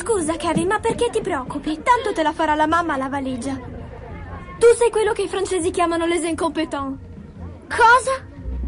Scusa, Kevin, ma perché ti preoccupi? Tanto te la farà la mamma la valigia. Tu sei quello che i francesi chiamano les incompetents. Cosa?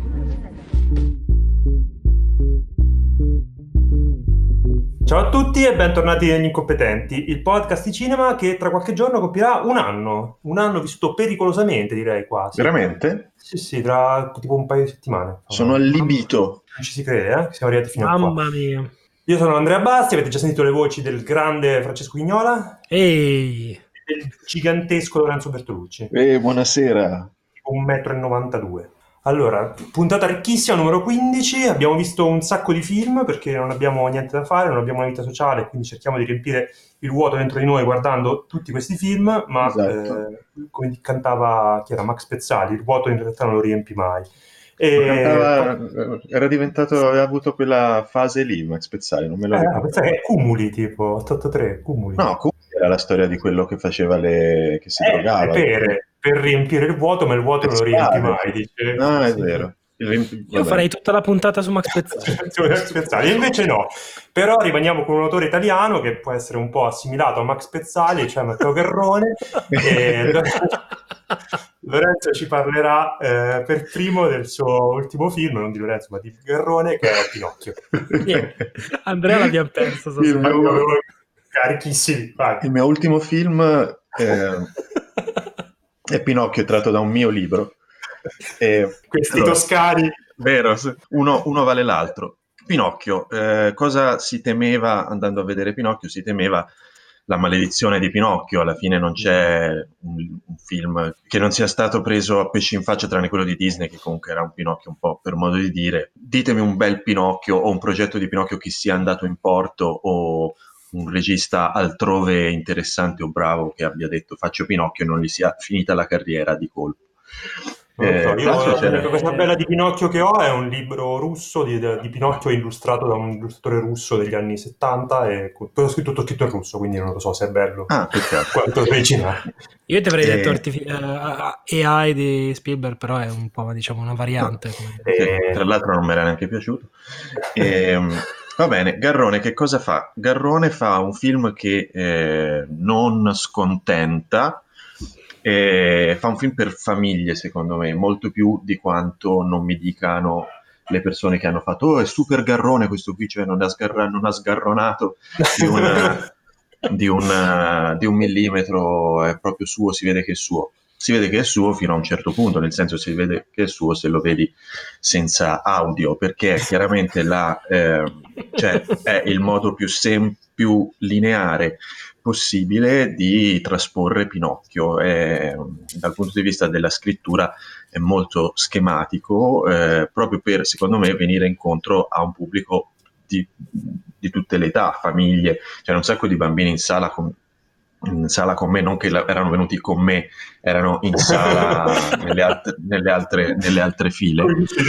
Ciao a tutti e bentornati negli Incompetenti, il podcast di cinema che tra qualche giorno compirà un anno vissuto pericolosamente, direi quasi. Veramente? Sì, tra tipo un paio di settimane. Sono allibito. Non ci si crede, Siamo arrivati fino a qua. Mamma mia. Io sono Andrea Basti, avete già sentito le voci del grande Francesco Vignola Ehi. e del gigantesco Lorenzo Bertolucci, Buonasera. tipo 1,92 m. Allora, puntata ricchissima, numero 15, abbiamo visto un sacco di film perché non abbiamo niente da fare, non abbiamo una vita sociale, quindi cerchiamo di riempire il vuoto dentro di noi guardando tutti questi film, ma Esatto. come cantava chi era? Max Pezzali, il vuoto in realtà non lo riempi mai. Era diventato, aveva avuto quella fase lì, Max Pezzali, non me lo ricordo. Pensate che è Cumuli, tipo 883, Cumuli. No, comunque era la storia di quello che faceva che si drogava. Per riempire il vuoto, ma il vuoto non lo riempi mai, dice. No, è Sì. vero. Io farei tutta la puntata su Max Pezzali. Invece no, però rimaniamo con un autore italiano che può essere un po' assimilato a Max Pezzali, cioè Matteo Garrone, e Lorenzo ci parlerà per primo del suo ultimo film, non di Lorenzo ma di Garrone, che è Pinocchio. Andrea l'abbiamo perso. Carichissimi, vai. Il mio ultimo film è Pinocchio, tratto da un mio libro. Questi toscani. Vero, uno vale l'altro. Pinocchio, cosa si temeva andando a vedere Pinocchio? Si temeva la maledizione di Pinocchio. Alla fine non c'è un film che non sia stato preso a pesci in faccia, tranne quello di Disney, che comunque era un Pinocchio un po' per modo di dire. Ditemi un bel Pinocchio o un progetto di Pinocchio che sia andato in porto, o un regista altrove interessante o bravo che abbia detto faccio Pinocchio e non gli sia finita la carriera di colpo. Io la cosa bella di Pinocchio che ho è un libro russo di Pinocchio illustrato da un illustratore russo degli anni 70 e tutto scritto in russo, quindi non lo so se è bello quanto originale. Io ti avrei detto AI di Spielberg, però è un po', diciamo, una variante. Tra l'altro non mi era neanche piaciuto. Va bene, Garrone che cosa fa? Garrone fa un film che non scontenta, fa un film per famiglie, secondo me, molto più di quanto non mi dicano le persone che hanno fatto è super Garrone questo qui, cioè non ha sgarronato di un millimetro, è proprio suo, si vede che è suo. Si vede che è suo fino a un certo punto, nel senso si vede che è suo se lo vedi senza audio, perché chiaramente cioè è il modo più lineare possibile di trasporre Pinocchio. Dal punto di vista della scrittura è molto schematico, proprio per, secondo me, venire incontro a un pubblico di tutte le età, famiglie. C'era un sacco di bambini in sala con me, non che erano venuti con me, erano in sala nelle altre file.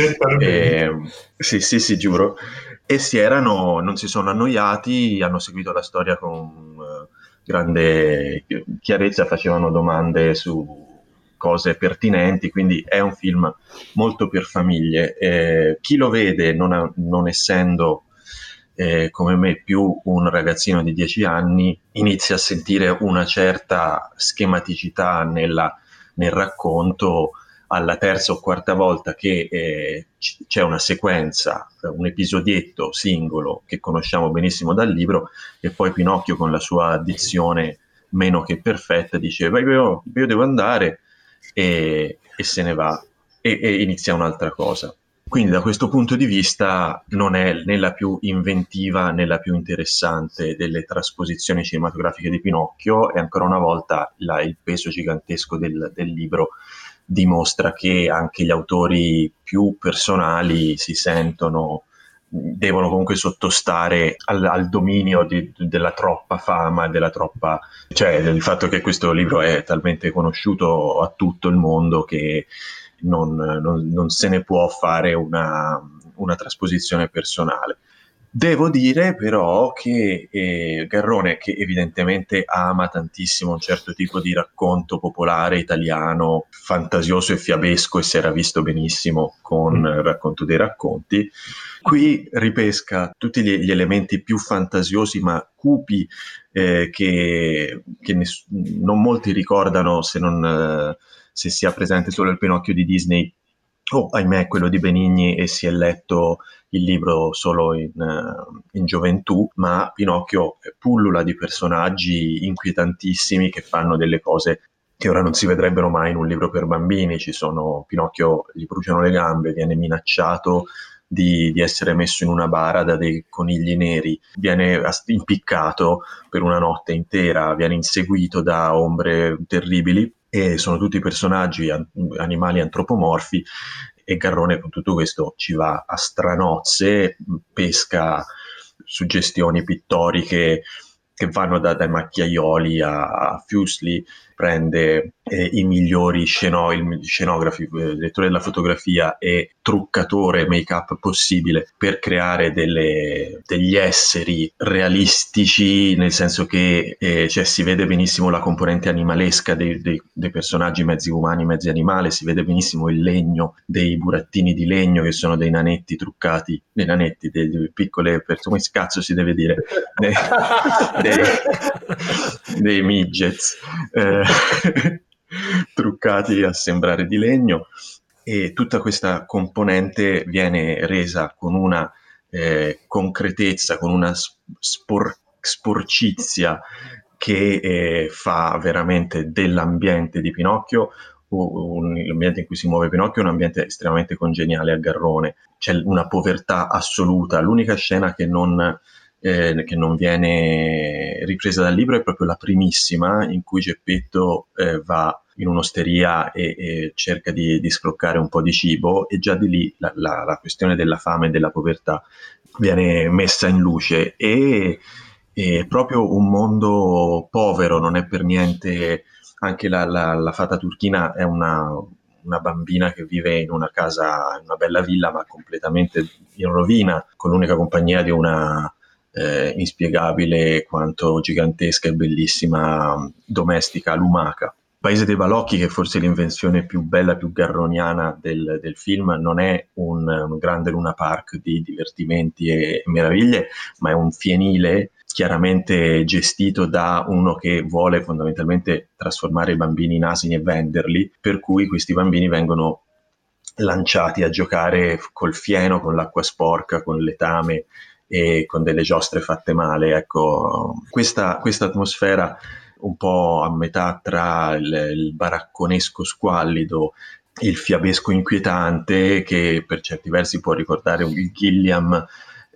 Sì, giuro. E non si sono annoiati, hanno seguito la storia con grande chiarezza, facevano domande su cose pertinenti, quindi è un film molto per famiglie. Chi lo vede, non essendo come me più un ragazzino di 10 anni, inizia a sentire una certa schematicità nel racconto alla terza o quarta volta che c'è una sequenza, un episodietto singolo che conosciamo benissimo dal libro, e poi Pinocchio con la sua dizione meno che perfetta dice io devo andare, e se ne va e inizia un'altra cosa. Quindi da questo punto di vista non è né la più inventiva né la più interessante delle trasposizioni cinematografiche di Pinocchio, e ancora una volta il peso gigantesco del libro dimostra che anche gli autori più personali devono comunque sottostare al dominio della troppa fama, cioè del fatto che questo libro è talmente conosciuto a tutto il mondo che non se ne può fare una trasposizione personale. Devo dire però che Garrone, che evidentemente ama tantissimo un certo tipo di racconto popolare italiano, fantasioso e fiabesco, e si era visto benissimo con il racconto dei racconti, qui ripesca tutti gli elementi più fantasiosi ma cupi, che non molti ricordano, se si ha presente solo il Pinocchio di Disney o, ahimè, quello di Benigni e si è letto il libro solo in gioventù, ma Pinocchio pullula di personaggi inquietantissimi che fanno delle cose che ora non si vedrebbero mai in un libro per bambini. Pinocchio gli bruciano le gambe, viene minacciato di essere messo in una bara da dei conigli neri, viene impiccato per una notte intera, viene inseguito da ombre terribili, e sono tutti personaggi, animali antropomorfi, e Garrone con tutto questo ci va a stranozze, pesca suggestioni pittoriche che vanno dai macchiaioli a Fuseli, prende i migliori scenografi, direttore della fotografia e truccatore make-up possibile per creare degli esseri realistici, nel senso che cioè, si vede benissimo la componente animalesca dei personaggi mezzi umani, mezzi animali, si vede benissimo il legno, dei burattini di legno che sono dei nanetti truccati, delle piccole persone, come cazzo si deve dire, dei midgets truccati a sembrare di legno, e tutta questa componente viene resa con una concretezza, con una sporcizia che fa veramente dell'ambiente di Pinocchio, l'ambiente in cui si muove Pinocchio, è un ambiente estremamente congeniale a Garrone. C'è una povertà assoluta. L'unica scena che non viene ripresa dal libro è proprio la primissima, in cui Geppetto va in un'osteria e cerca di scroccare un po' di cibo, e già di lì la questione della fame e della povertà viene messa in luce, e è proprio un mondo povero, non è per niente. Anche la fata turchina è una bambina che vive in una casa, in una bella villa, ma completamente in rovina, con l'unica compagnia di una inspiegabile quanto gigantesca e bellissima domestica lumaca. Paese dei Balocchi, che forse è l'invenzione più bella, più garroniana del film, non è un grande Luna Park di divertimenti e meraviglie, ma è un fienile chiaramente gestito da uno che vuole fondamentalmente trasformare i bambini in asini e venderli, per cui questi bambini vengono lanciati a giocare col fieno, con l'acqua sporca, con il letame e con delle giostre fatte male. Ecco, questa atmosfera un po' a metà tra il baracconesco squallido, il fiabesco inquietante, che per certi versi può ricordare il Gilliam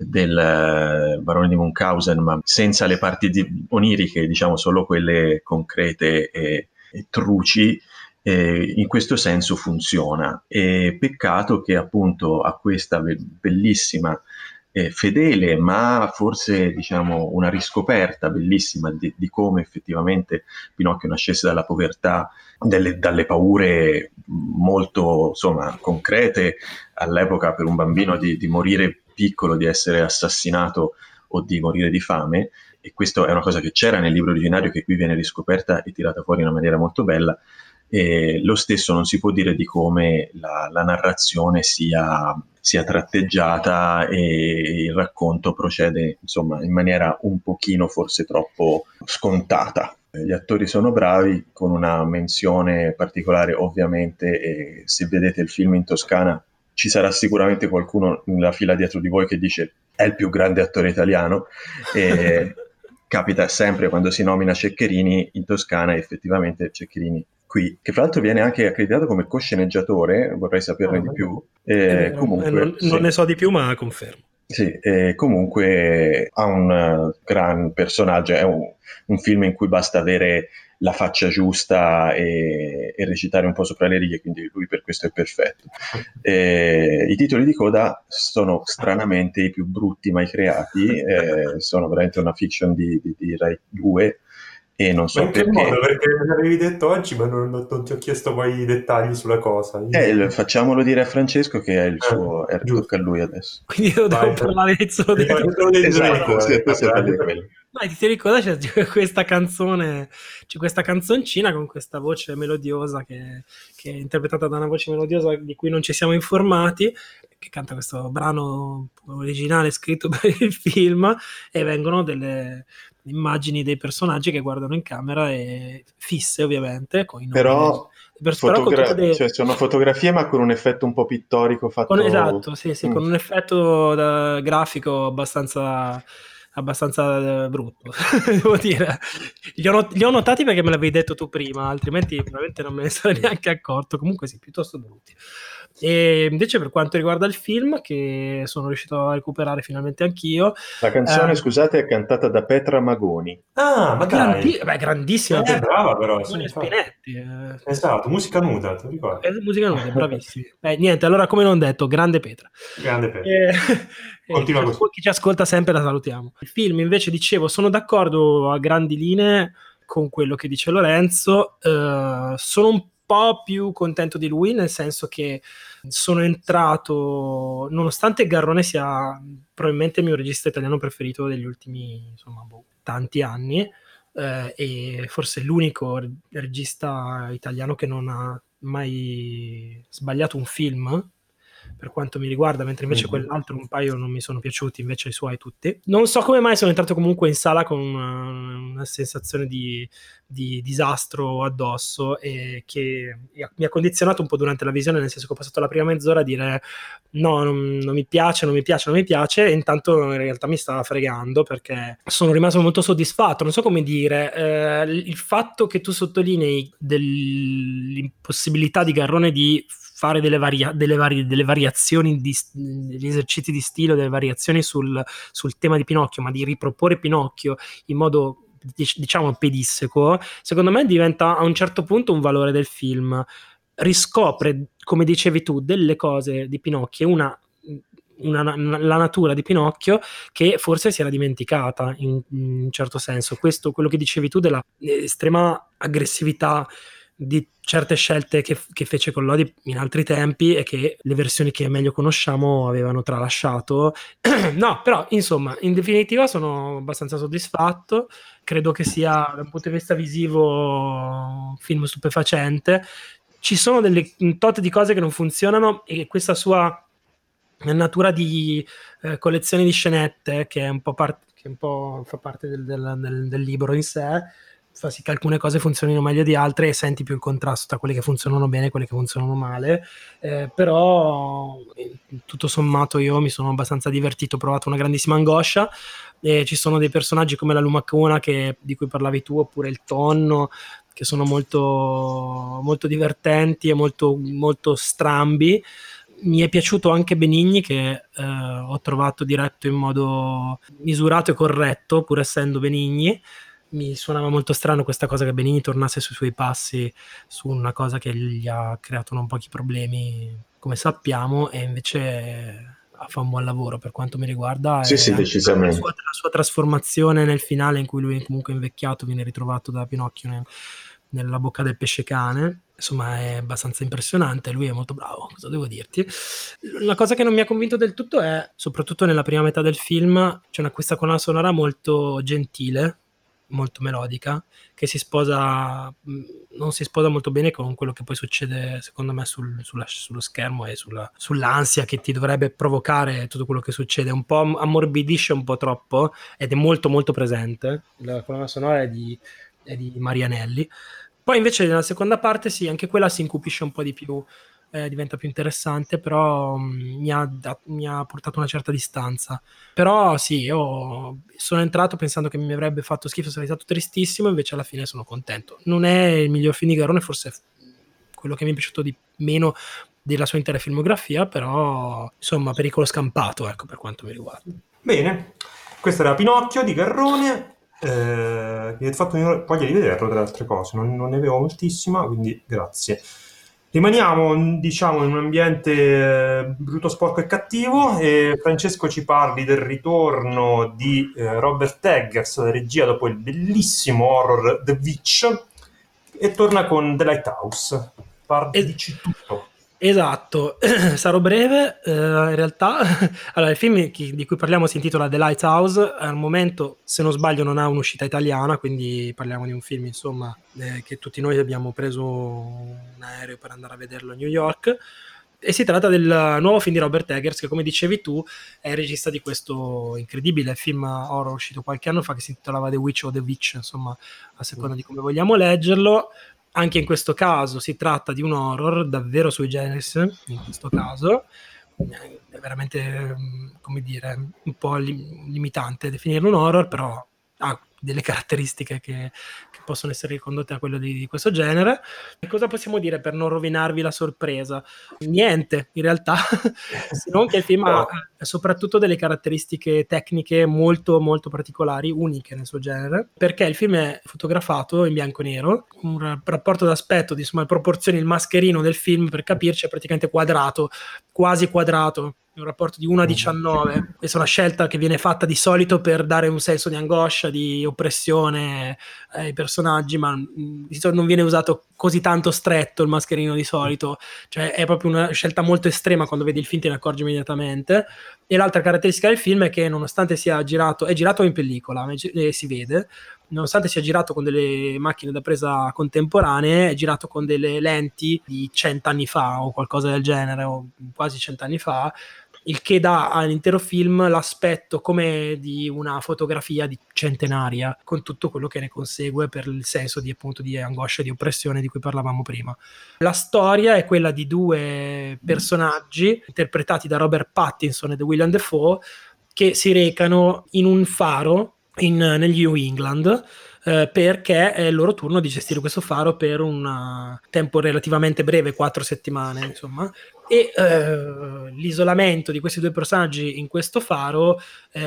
del Barone di Munchausen, ma senza le parti oniriche, diciamo solo quelle concrete e truci. In questo senso funziona, e peccato che appunto a questa bellissima, fedele, ma forse diciamo una riscoperta bellissima di come effettivamente Pinocchio nascesse dalla povertà, dalle paure molto, insomma, concrete all'epoca per un bambino di morire piccolo, di essere assassinato o di morire di fame. E questo è una cosa che c'era nel libro originario, che qui viene riscoperta e tirata fuori in una maniera molto bella. E lo stesso non si può dire di come la narrazione sia tratteggiata e il racconto procede, insomma, in maniera un pochino forse troppo scontata. Gli attori sono bravi, con una menzione particolare ovviamente, e se vedete il film in Toscana ci sarà sicuramente qualcuno nella fila dietro di voi che dice è il più grande attore italiano, e capita sempre quando si nomina Ceccherini in Toscana, effettivamente Ceccherini qui, che fra l'altro viene anche accreditato come co-sceneggiatore, vorrei saperne di più. Comunque, non ne so di più, ma confermo. Sì, comunque ha un gran personaggio, è un film in cui basta avere la faccia giusta e recitare un po' sopra le righe, quindi lui per questo è perfetto. I titoli di coda sono stranamente i più brutti mai creati, sono veramente una fiction di Rai 2, e non Ma so in che modo? perché. Perché me l'avevi detto oggi, ma non ti ho chiesto poi i dettagli sulla cosa. Facciamolo dire a Francesco che è il suo, tocca a Giusto. lui adesso. Quindi io devo Vai, parlare solo di solo dei Esatto, sì, tu sei Drake. quello. Ma ti ricorda c'è questa canzone, c'è questa canzoncina con questa voce melodiosa che è interpretata da una voce melodiosa di cui non ci siamo informati, che canta questo brano originale scritto per il film, e vengono delle immagini dei personaggi che guardano in camera, e fisse ovviamente, con i nomi Però, però con tutte cioè, sono fotografie ma con un effetto un po' pittorico fatto. esatto, sì, con un effetto grafico abbastanza brutto, devo dire. Li ho notati perché me l'avevi detto tu prima, altrimenti probabilmente non me ne sarei neanche accorto. Comunque sì, piuttosto brutti. E invece per quanto riguarda il film, che sono riuscito a recuperare finalmente anch'io, La canzone, scusate, è cantata da Petra Magoni. Ah, ma dai. grandissima Brava però, sì, Buoni infatti. Spinetti. Esatto, musica nuda, ti ricordi? Musica nuda, bravissimi. Niente, allora come non detto, grande Petra. Grande Petra. Eh, Continua così. chi ci ascolta sempre la salutiamo. Il film invece, dicevo, sono d'accordo a grandi linee con quello che dice Lorenzo. Sono un po' più contento di lui, nel senso che sono entrato, nonostante Garrone sia probabilmente il mio regista italiano preferito degli ultimi, insomma, tanti anni, e forse l'unico regista italiano che non ha mai sbagliato un film, per quanto mi riguarda, mentre invece quell'altro un paio non mi sono piaciuti, invece i suoi tutti. Non so come mai sono entrato comunque in sala con una sensazione di disastro addosso, e che mi ha condizionato un po' durante la visione, nel senso che ho passato la prima mezz'ora a dire no, non mi piace, e intanto in realtà mi stava fregando, perché sono rimasto molto soddisfatto. Non so come dire, il fatto che tu sottolinei dell'impossibilità di Garrone di fare delle variazioni, degli esercizi di stile, delle variazioni sul tema di Pinocchio, ma di riproporre Pinocchio in modo, diciamo, pedissequo, secondo me diventa a un certo punto un valore del film. Riscopre, come dicevi tu, delle cose di Pinocchio, la natura di Pinocchio, che forse si era dimenticata in un certo senso. Questo, quello che dicevi tu della estrema aggressività di certe scelte che fece Collodi in altri tempi, e che le versioni che meglio conosciamo avevano tralasciato. No, però insomma, in definitiva sono abbastanza soddisfatto. Credo che sia, da un punto di vista visivo, un film stupefacente. Ci sono un tot di cose che non funzionano, e questa sua natura di collezione di scenette, che è un po' fa parte del libro in sé, fa sì che alcune cose funzionino meglio di altre, e senti più il contrasto tra quelle che funzionano bene e quelle che funzionano male. Però tutto sommato io mi sono abbastanza divertito, ho provato una grandissima angoscia, e ci sono dei personaggi come la Lumacona, di cui parlavi tu, oppure il Tonno, che sono molto, molto divertenti e molto, molto strambi. Mi è piaciuto anche Benigni, che ho trovato diretto in modo misurato e corretto, pur essendo Benigni. Mi suonava molto strano questa cosa, che Benigni tornasse sui suoi passi su una cosa che gli ha creato non pochi problemi, come sappiamo, e invece fa un buon lavoro per quanto mi riguarda. Sì, sì, Anche decisamente. la sua trasformazione nel finale, in cui lui comunque invecchiato viene ritrovato da Pinocchio nella bocca del pesce cane, insomma è abbastanza impressionante. Lui è molto bravo, cosa devo dirti. La cosa che non mi ha convinto del tutto è, soprattutto nella prima metà del film, c'è questa colonna sonora molto gentile, molto melodica, che non si sposa molto bene con quello che poi succede, secondo me, sullo schermo, e sull'ansia che ti dovrebbe provocare tutto quello che succede. Un po' ammorbidisce un po' troppo, ed è molto molto presente. La colonna sonora è di Marianelli. Poi invece nella seconda parte sì, anche quella si incupisce un po' di più, diventa più interessante, però mi ha portato una certa distanza. Però sì, io sono entrato pensando che mi avrebbe fatto schifo, sarei stato tristissimo, invece alla fine sono contento. Non è il miglior film di Garrone, forse quello che mi è piaciuto di meno della sua intera filmografia, però insomma pericolo scampato, ecco, per quanto mi riguarda. Bene, questo era Pinocchio di Garrone. Mi avete fatto voglia di vederlo, tra le altre cose, non ne avevo moltissima, quindi grazie. Rimaniamo, diciamo, in un ambiente brutto, sporco e cattivo, e Francesco ci parli del ritorno di Robert Eggers, la regia dopo il bellissimo horror The Witch, e torna con The Lighthouse. Dici tutto. Esatto, sarò breve, in realtà. Allora, il film di cui parliamo si intitola The Lighthouse, al momento, se non sbaglio, non ha un'uscita italiana, quindi parliamo di un film, insomma, che tutti noi abbiamo preso un aereo per andare a vederlo a New York, e si tratta del nuovo film di Robert Eggers, che, come dicevi tu, è il regista di questo incredibile film horror uscito qualche anno fa, che si intitolava The Witch o The Witch, insomma, a seconda di come vogliamo leggerlo. Anche in questo caso si tratta di un horror davvero sui generis, in questo caso è veramente, come dire, un po' limitante definirlo un horror, però ha delle caratteristiche che possono essere ricondotte a quello di questo genere. E cosa possiamo dire per non rovinarvi la sorpresa? Niente, in realtà, se non che il film ha soprattutto delle caratteristiche tecniche molto molto particolari, uniche nel suo genere, perché il film è fotografato in bianco e nero, un rapporto d'aspetto, insomma, le proporzioni, il mascherino del film, per capirci, è praticamente quadrato, quasi quadrato, un rapporto di 1:19. Questa è una scelta che viene fatta di solito per dare un senso di angoscia, di oppressione ai personaggi, ma di solito non viene usato così tanto stretto il mascherino di solito, cioè è proprio una scelta molto estrema. Quando vedi il film te ne accorgi immediatamente. E l'altra caratteristica del film è che, nonostante sia girato, è girato in pellicola, si vede, nonostante sia girato con delle macchine da presa contemporanee, è girato con delle lenti di 100 anni fa o qualcosa del genere, o quasi 100 anni fa, il che dà all'intero film l'aspetto come di una fotografia di centenaria, con tutto quello che ne consegue per il senso di, appunto, di angoscia e di oppressione di cui parlavamo prima. La storia è quella di due personaggi interpretati da Robert Pattinson e da Willem Dafoe, che si recano in un faro nel New England, perché è il loro turno di gestire questo faro per un tempo relativamente breve, 4 settimane, insomma. E l'isolamento di questi due personaggi in questo faro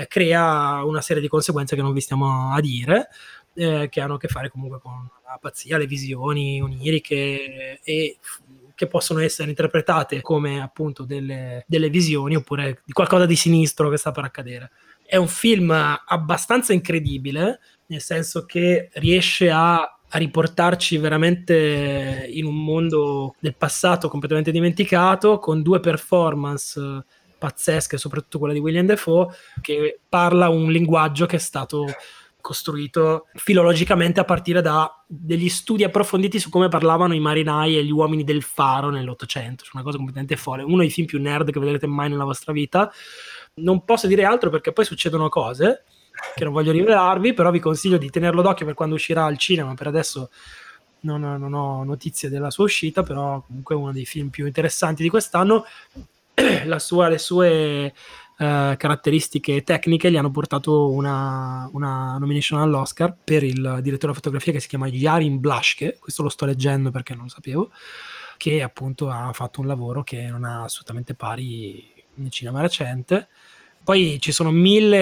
crea una serie di conseguenze che non vi stiamo a dire, che hanno a che fare comunque con la pazzia, le visioni oniriche, e che possono essere interpretate come, appunto, delle visioni, oppure di qualcosa di sinistro che sta per accadere. È un film abbastanza incredibile, nel senso che riesce a riportarci veramente in un mondo del passato completamente dimenticato, con due performance pazzesche, soprattutto quella di Willem Dafoe, che parla un linguaggio che è stato costruito filologicamente a partire da degli studi approfonditi su come parlavano i marinai e gli uomini del faro nell'Ottocento. Cioè, una cosa completamente folle, uno dei film più nerd che vedrete mai nella vostra vita. Non posso dire altro perché poi succedono cose che non voglio rivelarvi, però vi consiglio di tenerlo d'occhio per quando uscirà al cinema. Per adesso non ho notizie della sua uscita, però comunque è uno dei film più interessanti di quest'anno. Le sue caratteristiche tecniche gli hanno portato una nomination all'Oscar per il direttore della fotografia, che si chiama Yarin Blaschke, questo lo sto leggendo perché non lo sapevo, che appunto ha fatto un lavoro che non ha assolutamente pari nel cinema recente. Poi ci sono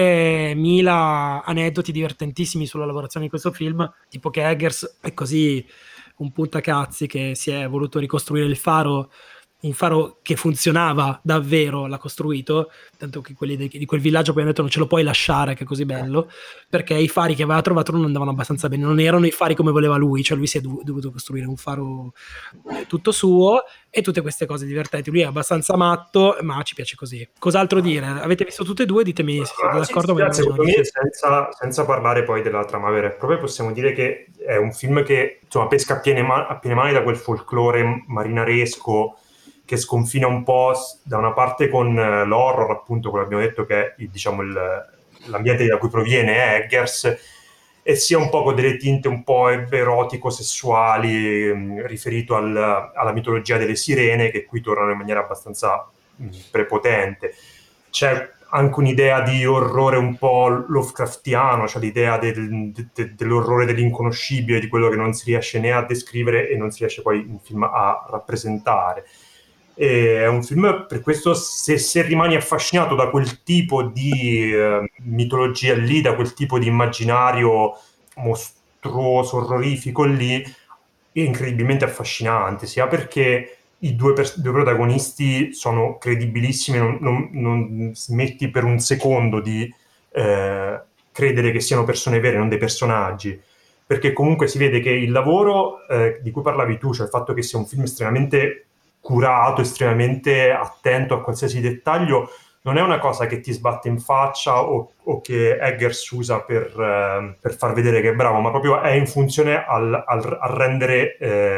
mila aneddoti divertentissimi sulla lavorazione di questo film, tipo che Eggers è così un puntacazzi che si è voluto ricostruire il faro, un faro che funzionava davvero, l'ha costruito, tanto che quelli di quel villaggio poi hanno detto non ce lo puoi lasciare che è così bello, perché i fari che aveva trovato non andavano abbastanza bene, non erano i fari come voleva lui, cioè lui si è dovuto costruire un faro tutto suo, e tutte queste cose divertenti. Lui è abbastanza matto, ma ci piace così. Cos'altro dire? Avete visto tutte e due? Ditemi se siete d'accordo. Sì, secondo me, senza parlare poi della trama vera e propria, possiamo dire che è un film che, insomma, pesca a piene mani da quel folklore marinaresco che sconfina un po' da una parte con l'horror, appunto, come abbiamo detto, che è, diciamo, l'ambiente da cui proviene Eggers, e sia un po' con delle tinte un po' erotico-sessuali, riferito alla mitologia delle sirene, che qui tornano in maniera abbastanza prepotente. C'è anche un'idea di orrore un po' Lovecraftiano, cioè l'idea dell'orrore dell'inconoscibile, di quello che non si riesce né a descrivere e non si riesce poi in film a rappresentare. È un film, per questo, se rimani affascinato da quel tipo di mitologia lì, da quel tipo di immaginario mostruoso, orrorifico lì, è incredibilmente affascinante, sia perché i due protagonisti sono credibilissimi, non smetti per un secondo di credere che siano persone vere, non dei personaggi, perché comunque si vede che il lavoro di cui parlavi tu, cioè il fatto che sia un film estremamente curato, estremamente attento a qualsiasi dettaglio, non è una cosa che ti sbatte in faccia o che Eggers usa per far vedere che è bravo, ma proprio è in funzione al rendere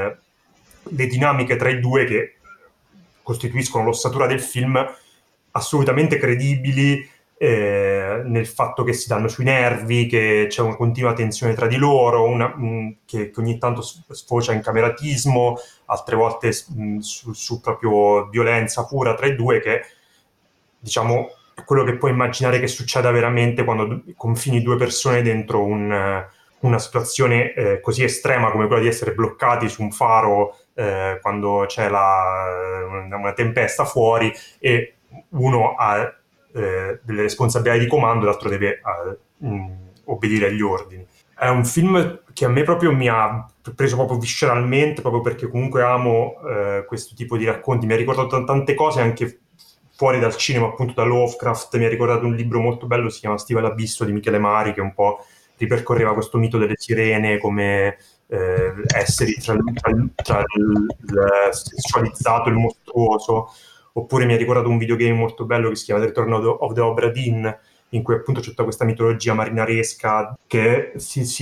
le dinamiche tra i due, che costituiscono l'ossatura del film, assolutamente credibili, nel fatto che si danno sui nervi, che c'è una continua tensione tra di loro, che ogni tanto sfocia in cameratismo, altre volte su proprio violenza pura tra i due, che diciamo è quello che puoi immaginare che succeda veramente quando confini due persone dentro una situazione così estrema come quella di essere bloccati su un faro quando c'è una tempesta fuori, e uno ha delle responsabilità di comando, l'altro deve obbedire agli ordini. È un film che a me proprio mi ha preso proprio visceralmente, proprio perché comunque amo questo tipo di racconti. Mi ha ricordato tante cose anche fuori dal cinema, appunto da Lovecraft. Mi ha ricordato un libro molto bello, si chiama Stiva l'Abisso, di Michele Mari, che un po' ripercorreva questo mito delle sirene come esseri tra il sessualizzato e il mostruoso. Oppure mi ha ricordato un videogame molto bello che si chiama The Return of the Obra Dinn, in cui appunto c'è tutta questa mitologia marinaresca che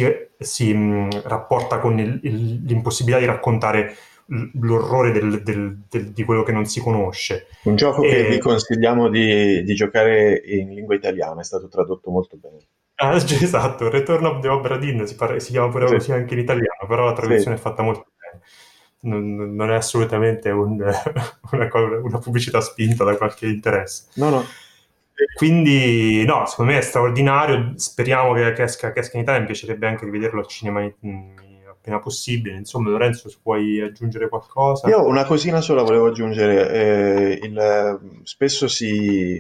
si rapporta con l'impossibilità di raccontare l'orrore di quello che non si conosce. Un gioco che vi consigliamo di giocare in lingua italiana, è stato tradotto molto bene. Ah, esatto, Return of the Obra Dinn si chiama pure così anche in italiano, però la traduzione è fatta molto bene. Non è assolutamente una pubblicità spinta da qualche interesse. No. Quindi no, secondo me è straordinario, speriamo che esca in Italia. Mi piacerebbe anche rivederlo al cinema appena possibile. Insomma, Lorenzo, se puoi aggiungere qualcosa? Io una cosina sola volevo aggiungere. Spesso si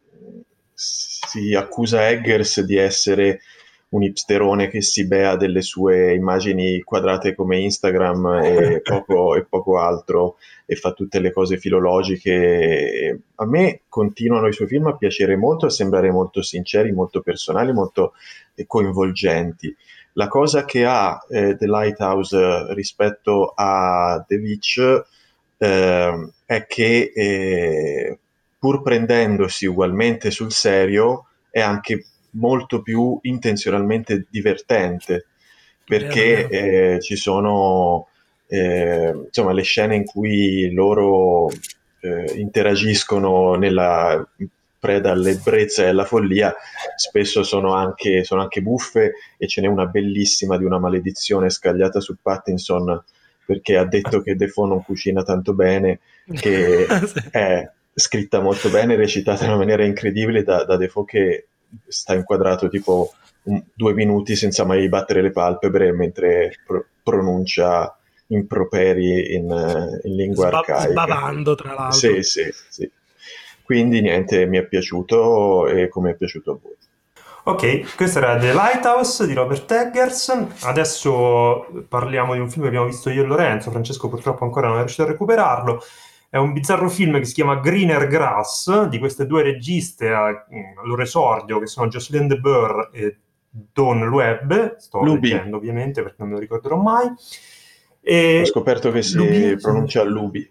accusa Eggers di essere un hipsterone che si bea delle sue immagini quadrate come Instagram e poco altro, e fa tutte le cose filologiche. A me continuano i suoi film a piacere molto, a sembrare molto sinceri, molto personali, molto coinvolgenti. La cosa che ha The Lighthouse rispetto a The Witch è che pur prendendosi ugualmente sul serio è anche molto più intenzionalmente divertente, perché ci sono insomma le scene in cui loro interagiscono nella preda all'ebbrezza e alla follia, spesso sono anche buffe, e ce n'è una bellissima di una maledizione scagliata su Pattinson perché ha detto che Defoe non cucina tanto bene, che è scritta molto bene, recitata in una maniera incredibile da Defoe, che sta inquadrato tipo 2 minuti senza mai battere le palpebre mentre pronuncia improperi in lingua arcaica. Sbavando, tra l'altro. Sì. Quindi niente, mi è piaciuto, e come è piaciuto a voi. Ok, questo era The Lighthouse di Robert Eggers. Adesso parliamo di un film che abbiamo visto io e Lorenzo. Francesco purtroppo ancora non è riuscito a recuperarlo. È un bizzarro film che si chiama Greener Grass, di queste due registe al loro esordio, che sono Jocelyn de Boer e Dawn Loeb. Sto leggendo ovviamente perché non me lo ricorderò mai. Ho scoperto che si pronuncia Lubi.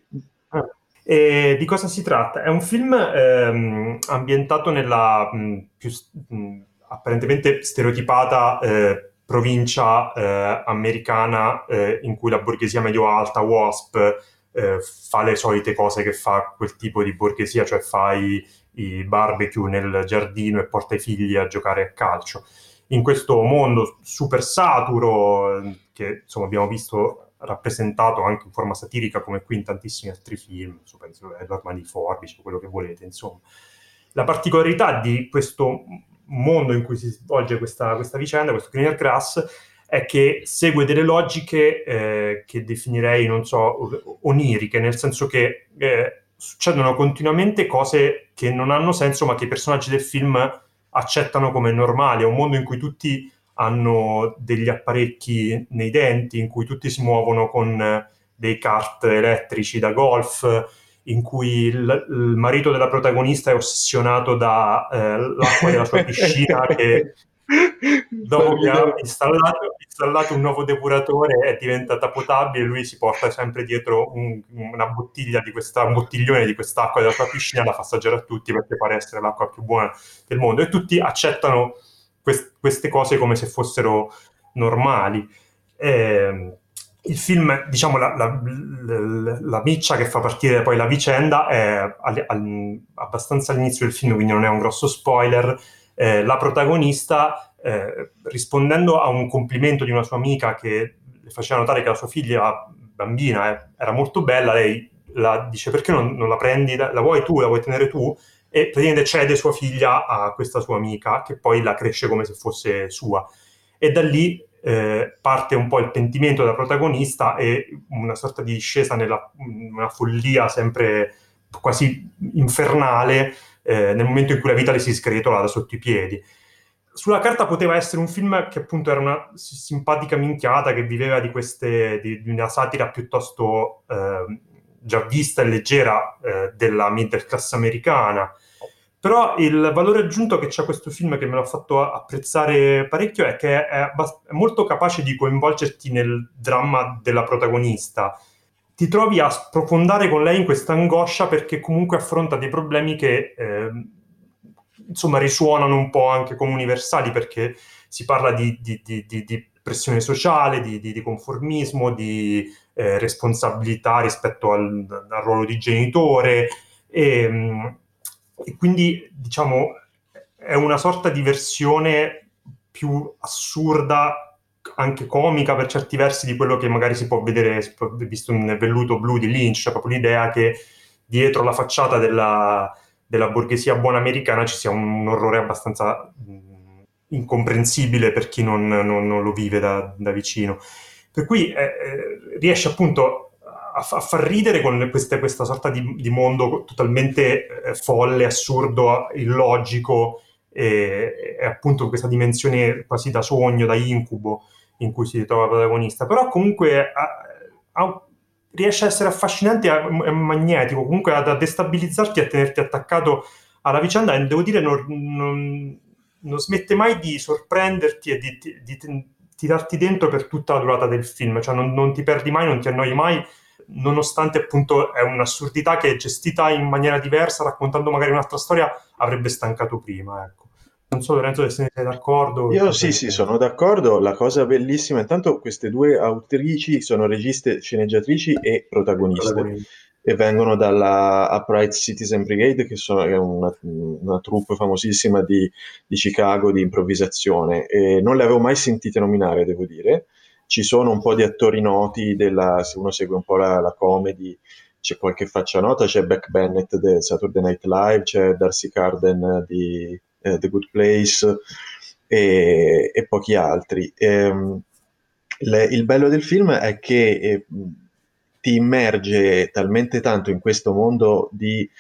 E di cosa si tratta? È un film ambientato nella più apparentemente stereotipata provincia americana in cui la borghesia medio-alta, WASP, fa le solite cose che fa quel tipo di borghesia, cioè fa i barbecue nel giardino e porta i figli a giocare a calcio. In questo mondo super saturo, che insomma abbiamo visto rappresentato anche in forma satirica come qui in tantissimi altri film, penso all'Arma di Forbice, quello che volete, insomma. La particolarità di questo mondo in cui si svolge questa vicenda, questo Greener Grass, è che segue delle logiche che definirei, non so, oniriche, nel senso che succedono continuamente cose che non hanno senso, ma che i personaggi del film accettano come normali. È un mondo in cui tutti hanno degli apparecchi nei denti, in cui tutti si muovono con dei kart elettrici da golf, in cui il marito della protagonista è ossessionato dall'acqua della sua piscina che dopo che ha installato un nuovo depuratore è diventata potabile, lui si porta sempre dietro un bottiglione di quest'acqua della sua piscina, la fa assaggiare a tutti perché pare essere l'acqua più buona del mondo, e tutti accettano queste cose come se fossero normali. Il film, diciamo, la miccia che fa partire poi la vicenda è abbastanza all'inizio del film, quindi non è un grosso spoiler. La protagonista, rispondendo a un complimento di una sua amica che le faceva notare che la sua figlia bambina era molto bella, lei la dice: perché non la prendi, la vuoi tu, la vuoi tenere tu? E praticamente cede sua figlia a questa sua amica, che poi la cresce come se fosse sua. E da lì parte un po' il pentimento della protagonista e una sorta di discesa nella una follia sempre quasi infernale, nel momento in cui la vita le si sgretola da sotto i piedi. Sulla carta poteva essere un film che appunto era una simpatica minchiata che viveva di una satira piuttosto già vista e leggera della middle class americana. Però il valore aggiunto che c'ha questo film, che me l'ha fatto apprezzare parecchio, è che è molto capace di coinvolgerti nel dramma della protagonista. Ti trovi a sprofondare con lei in questa angoscia perché comunque affronta dei problemi che insomma risuonano un po' anche come universali, perché si parla di pressione sociale, di conformismo, di responsabilità rispetto al ruolo di genitore, e quindi diciamo è una sorta di versione più assurda, anche comica per certi versi, di quello che magari si può vedere visto nel Velluto Blu di Lynch, cioè proprio l'idea che dietro la facciata della borghesia buona americana ci sia un orrore abbastanza incomprensibile per chi non lo vive da vicino. Per cui riesce appunto a far ridere con questa sorta di mondo totalmente folle, assurdo, illogico, e appunto questa dimensione quasi da sogno, da incubo in cui si ritrova la protagonista. Però comunque riesce a essere affascinante e magnetico, comunque a destabilizzarti e a tenerti attaccato alla vicenda, e devo dire non smette mai di sorprenderti e di tirarti dentro per tutta la durata del film, cioè non ti perdi mai, non ti annoi mai, nonostante appunto è un'assurdità che gestita in maniera diversa, raccontando magari un'altra storia, avrebbe stancato prima, ecco. Non so, Lorenzo, se ne sei d'accordo. Io sì, sono d'accordo. La cosa bellissima, intanto queste due autrici sono registe, sceneggiatrici e protagoniste, e vengono dalla Upright Citizen Brigade, che è una troupe famosissima di Chicago di improvvisazione, e non le avevo mai sentite nominare, devo dire. Ci sono un po' di attori noti, se uno segue un po' la comedy, c'è qualche faccia nota, c'è Beck Bennett del Saturday Night Live, c'è Darcy Carden di The Good Place e pochi altri. Il bello del film è che ti immerge talmente tanto in questo mondo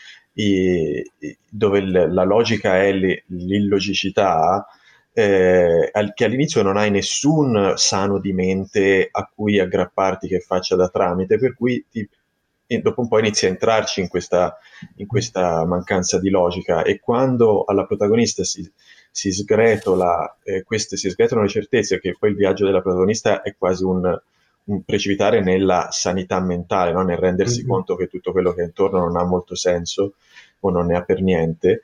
dove la logica è l'illogicità, che all'inizio non hai nessun sano di mente a cui aggrapparti che faccia da tramite, per cui dopo un po' inizi a entrarci in questa mancanza di logica, e quando alla protagonista si sgretolano le certezze, che poi il viaggio della protagonista è quasi un precipitare nella sanità mentale, no? Nel rendersi conto che tutto quello che è intorno non ha molto senso o non ne ha per niente,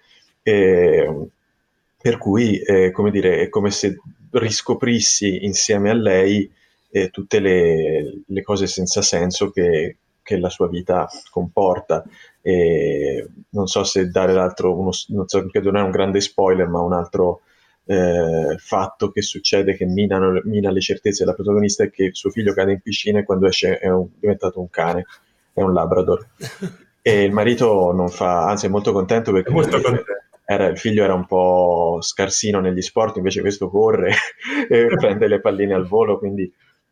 per cui come dire, è come se riscoprissi insieme a lei tutte le cose senza senso che la sua vita comporta. Non so se dare non so, credo non è un grande spoiler, ma un altro fatto che succede, che mina le certezze della protagonista, è che suo figlio cade in piscina e quando esce è diventato un cane, è un Labrador. E il marito non fa, anzi è molto contento, perché il figlio era un po' scarsino negli sport, invece questo corre e prende le palline al volo, quindi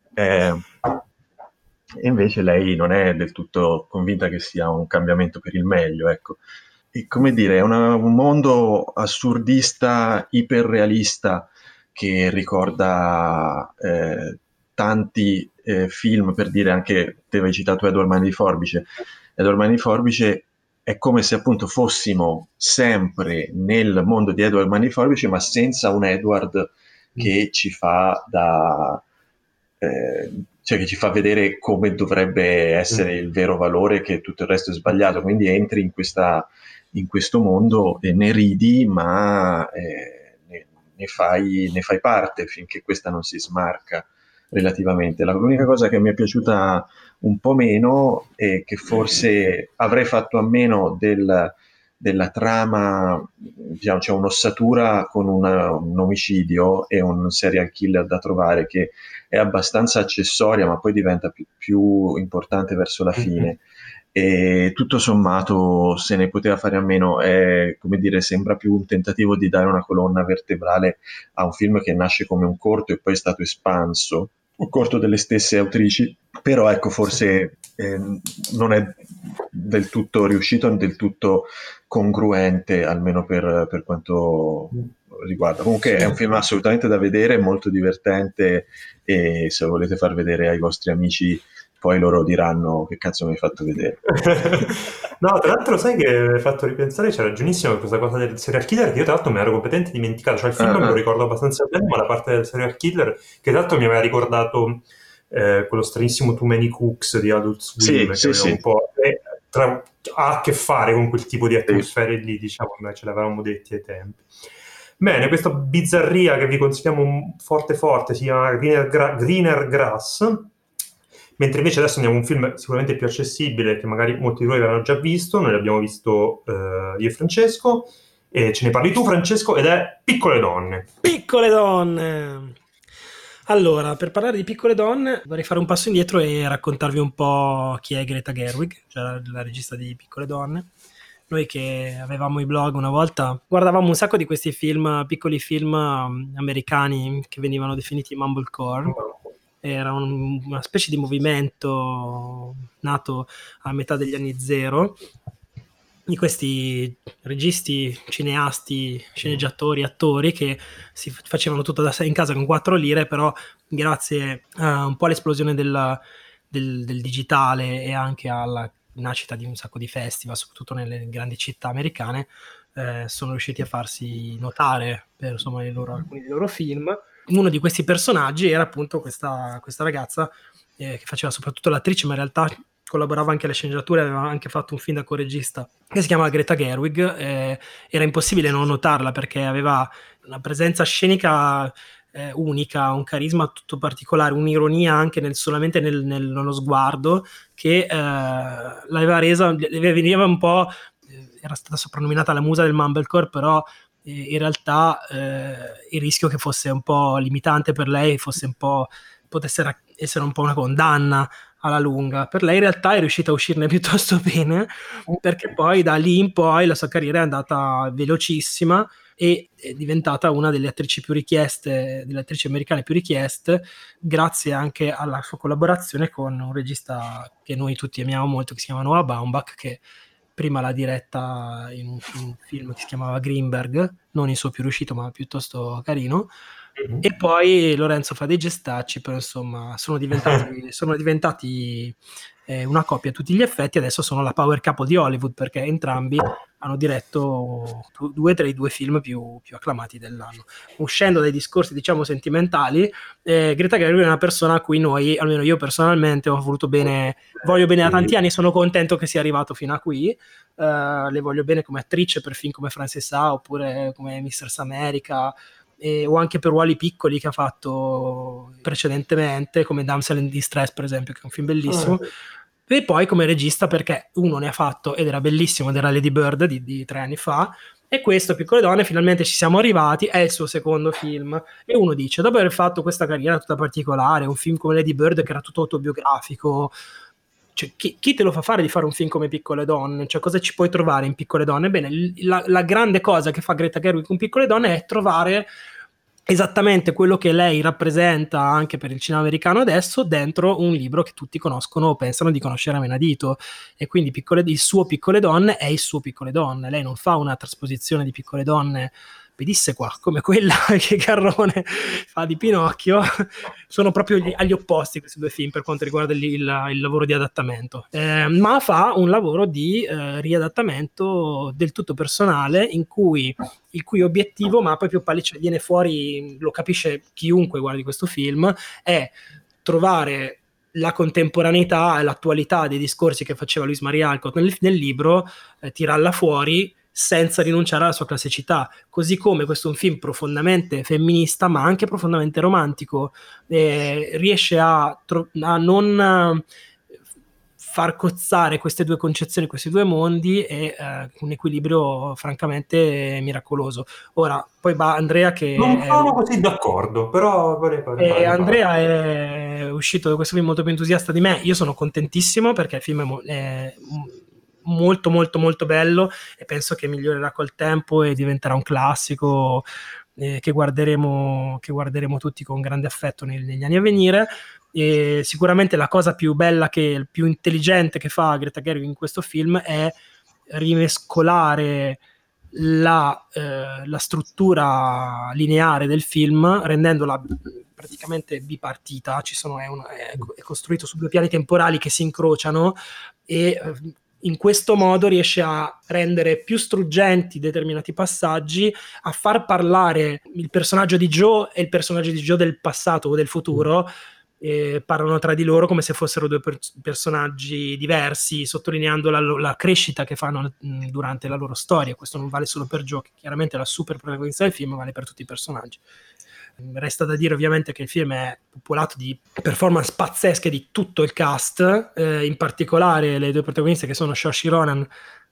e invece lei non è del tutto convinta che sia un cambiamento per il meglio, ecco. E come dire, è un mondo assurdista, iperrealista, che ricorda tanti film, per dire, anche te avevi citato Edward Mani di Forbice. Edward Mani di Forbice è come se appunto fossimo sempre nel mondo di Edward Mani di Forbice, ma senza un Edward che ci fa cioè che ci fa vedere come dovrebbe essere il vero valore, che tutto il resto è sbagliato. Quindi entri in questo mondo e ne ridi, ma ne fai parte finché questa non si smarca relativamente. L'unica cosa che mi è piaciuta un po' meno e che forse avrei fatto a meno della trama, diciamo, c'è un'ossatura con un omicidio e un serial killer da trovare che è abbastanza accessoria, ma poi diventa più importante verso la fine. E tutto sommato se ne poteva fare a meno. È, come dire, sembra più un tentativo di dare una colonna vertebrale a un film che nasce come un corto e poi è stato espanso, un corto delle stesse autrici, però ecco, forse non è del tutto riuscito, del tutto congruente, almeno per quanto riguarda. Comunque è un film assolutamente da vedere, molto divertente, e se lo volete far vedere ai vostri amici poi loro diranno che cazzo mi hai fatto vedere. No, tra l'altro sai che mi hai fatto ripensare, c'è ragionissimo questa cosa del serial killer, che io tra l'altro mi ero completamente dimenticato, cioè il film me lo ricordo abbastanza bene, ma la parte del serial killer, che tra l'altro mi aveva ricordato quello stranissimo Too Many Cooks di Adult Swim, che aveva un po' ha a che fare con quel tipo di atmosfere lì, diciamo, noi ce l'avevamo detti ai tempi. Bene, questa bizzarria che vi consigliamo forte si chiama Greener Grass, mentre invece adesso andiamo a un film sicuramente più accessibile, che magari molti di voi avranno già visto. Noi l'abbiamo visto io e Francesco, e ce ne parli tu, Francesco, ed è Piccole donne. Piccole donne! Allora, per parlare di Piccole donne vorrei fare un passo indietro e raccontarvi un po' chi è Greta Gerwig, cioè la regista di Piccole donne. Noi che avevamo i blog una volta guardavamo un sacco di questi film, piccoli film americani che venivano definiti mumblecore. Era una specie di movimento nato a metà degli anni zero di questi registi, cineasti, sceneggiatori, attori che si facevano tutto da sé in casa con 4 lire, però grazie a un po' all'esplosione del digitale e anche alla nascita di un sacco di festival, soprattutto nelle grandi città americane, sono riusciti a farsi notare per insomma alcuni dei loro film. Uno di questi personaggi era appunto questa ragazza che faceva soprattutto l'attrice, ma in realtà collaborava anche alle sceneggiature, aveva anche fatto un film da coregista che si chiama Greta Gerwig. Era impossibile non notarla perché aveva una presenza scenica unica, un carisma tutto particolare, un'ironia anche solamente nello sguardo che l'aveva resa, veniva un po', era stata soprannominata la musa del mumblecore, però in realtà il rischio che fosse un po' limitante per lei, potesse essere un po' una condanna alla lunga. Per lei in realtà è riuscita a uscirne piuttosto bene, perché poi da lì in poi la sua carriera è andata velocissima e è diventata una delle attrici più richieste, delle attrici americane più richieste, grazie anche alla sua collaborazione con un regista che noi tutti amiamo molto, che si chiama Noah Baumbach, che prima l'ha diretta in un film che si chiamava Greenberg, non il suo più riuscito ma piuttosto carino, e poi Lorenzo fa dei gestacci, però insomma sono diventati una coppia a tutti gli effetti. Adesso sono la power couple di Hollywood, perché entrambi hanno diretto 2 tra i 2 film più acclamati dell'anno. Uscendo dai discorsi diciamo sentimentali, Greta Gerwig è una persona a cui noi, almeno io personalmente, voglio bene da tanti anni. Sono contento che sia arrivato fino a qui. Le voglio bene come attrice per film come Frances Ha oppure come Mistress America, o anche per ruoli piccoli che ha fatto precedentemente, come Damsel in Distress per esempio, che è un film bellissimo. E poi come regista, perché uno ne ha fatto ed era bellissimo, ed era Lady Bird di 3 anni fa, e questo Piccole donne finalmente ci siamo arrivati, è il suo secondo film, e uno dice, dopo aver fatto questa carriera tutta particolare, un film come Lady Bird che era tutto autobiografico, cioè, chi te lo fa fare di fare un film come Piccole donne? Cioè, cosa ci puoi trovare in Piccole donne? Bene, la grande cosa che fa Greta Gerwig con Piccole donne è trovare esattamente quello che lei rappresenta anche per il cinema americano adesso dentro un libro che tutti conoscono o pensano di conoscere a menadito, e quindi il suo Piccole donne è il suo Piccole donne. Lei non fa una trasposizione di Piccole donne pedissequa come quella che Garrone fa di Pinocchio sono proprio agli opposti questi due film per quanto riguarda il lavoro di adattamento, ma fa un lavoro di riadattamento del tutto personale il cui obiettivo, ma poi più pallido, viene fuori, lo capisce chiunque guardi questo film, è trovare la contemporaneità e l'attualità dei discorsi che faceva Luis Maria Alcott nel libro, tirarla fuori senza rinunciare alla sua classicità, così come questo è un film profondamente femminista ma anche profondamente romantico, riesce a non far cozzare queste due concezioni, questi due mondi, e un equilibrio francamente miracoloso. Ora, poi Andrea che... Non sono così d'accordo, però Andrea è uscito da questo film molto più entusiasta di me. Io sono contentissimo perché il film è molto molto molto bello e penso che migliorerà col tempo e diventerà un classico che guarderemo tutti con grande affetto negli anni a venire. E sicuramente la cosa più bella, più intelligente che fa Greta Gerwig in questo film è rimescolare la struttura lineare del film, rendendola praticamente bipartita. È costruito su due piani temporali che si incrociano, e in questo modo riesce a rendere più struggenti determinati passaggi, a far parlare il personaggio di Joe e il personaggio di Joe del passato o del futuro. Parlano tra di loro come se fossero due personaggi diversi, sottolineando la crescita che fanno durante la loro storia. Questo non vale solo per Joe, che chiaramente è la super protagonista del film, vale per tutti i personaggi. Resta da dire ovviamente che il film è popolato di performance pazzesche di tutto il cast, in particolare le due protagoniste che sono Saoirse Ronan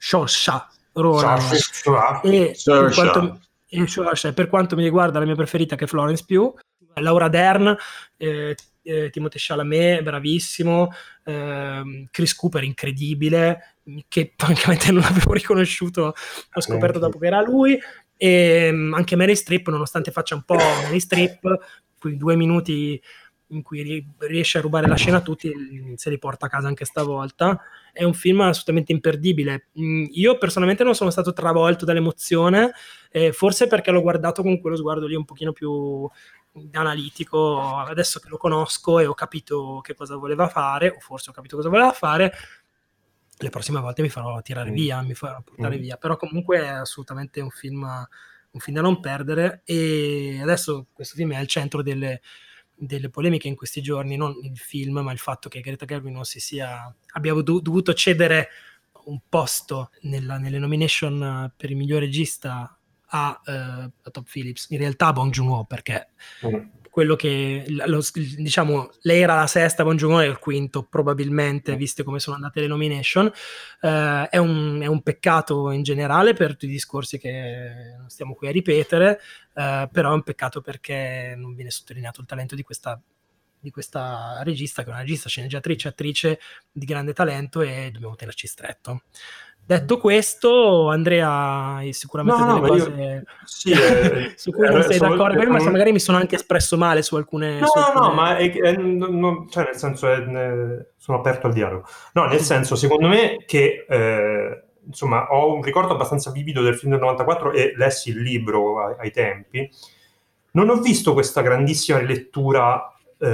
e per quanto mi riguarda la mia preferita, che è Florence Pugh. Laura Dern, Timothée Chalamet bravissimo, Chris Cooper incredibile, che francamente non avevo riconosciuto, ho scoperto dopo che era lui, e anche Meryl Streep, nonostante faccia un po' Meryl Streep, quei 2 minuti in cui riesce a rubare la scena a tutti, se li porta a casa anche stavolta. È un film assolutamente imperdibile. Io personalmente non sono stato travolto dall'emozione, forse perché l'ho guardato con quello sguardo lì un pochino più analitico. Adesso che lo conosco e ho capito che cosa voleva fare, o forse ho capito cosa voleva fare, le prossime volte mi farò tirare via, mi farò portare via. Però comunque è assolutamente un film da non perdere, e adesso questo film è al centro delle polemiche in questi giorni, non il film ma il fatto che Greta Gerwig abbia dovuto cedere un posto nelle nomination per il miglior regista a Todd Phillips, in realtà a Bong Joon-ho, perché quello che diciamo, lei era la sesta, Bong Joon-ho è il quinto probabilmente, viste come sono andate le nomination. È un peccato in generale per tutti i discorsi che non stiamo qui a ripetere, però è un peccato perché non viene sottolineato il talento di questa regista, che è una regista, sceneggiatrice, attrice di grande talento, e dobbiamo tenerci stretto. Detto questo, Andrea, hai sicuramente delle cose su cui non sei d'accordo, ma magari mi sono anche espresso male su alcune... ma cioè nel senso sono aperto al dialogo. No, nel senso, secondo me che insomma, ho un ricordo abbastanza vivido del film del 94 e lessi il libro ai tempi. Non ho visto questa grandissima rilettura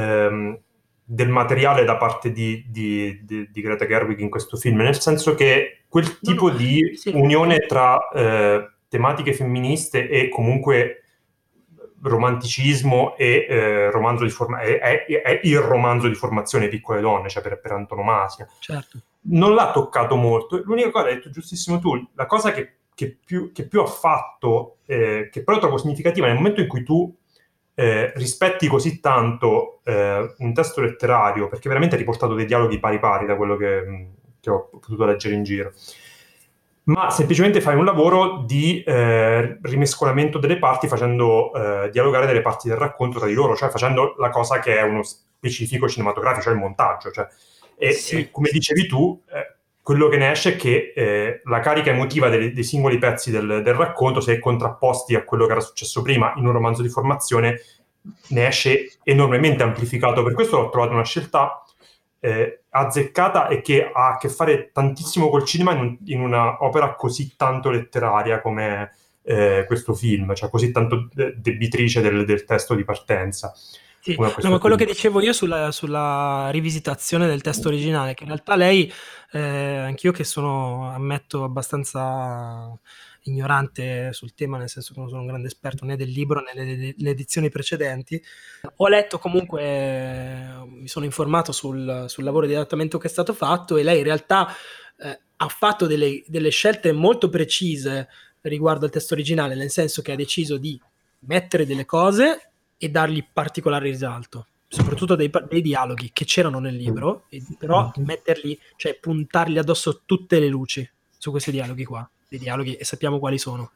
del materiale da parte di Greta Gerwig in questo film, nel senso che quel tipo di unione tra tematiche femministe e comunque romanticismo e romanzo di è il romanzo di formazione Piccole donne, cioè per antonomasia. Certo. Non l'ha toccato molto. L'unica cosa, hai detto giustissimo tu, la cosa che più ha fatto, che però trovo significativa, nel momento in cui tu rispetti così tanto un testo letterario, perché veramente ha riportato dei dialoghi pari pari da quello che ho potuto leggere in giro, ma semplicemente fai un lavoro di rimescolamento delle parti, facendo dialogare delle parti del racconto tra di loro, cioè facendo la cosa che è uno specifico cinematografico, cioè il montaggio, cioè, e come dicevi tu, quello che ne esce è che la carica emotiva dei singoli pezzi del racconto, se contrapposti a quello che era successo prima in un romanzo di formazione, ne esce enormemente amplificato. Per questo l'ho trovato una scelta azzeccata e che ha a che fare tantissimo col cinema in una opera così tanto letteraria come questo film, cioè così tanto debitrice del testo di partenza. Sì, come no, questo ma quello film. che dicevo io sulla rivisitazione del testo originale, che in realtà lei, anch'io che sono, ammetto, abbastanza ignorante sul tema, nel senso che non sono un grande esperto né del libro né delle edizioni precedenti, ho letto comunque, mi sono informato sul lavoro di adattamento che è stato fatto, e lei in realtà ha fatto delle scelte molto precise riguardo al testo originale, nel senso che ha deciso di mettere delle cose e dargli particolare risalto, soprattutto dei dialoghi che c'erano nel libro, però metterli, cioè puntargli addosso tutte le luci su questi dialoghi qua, dei dialoghi, e sappiamo quali sono,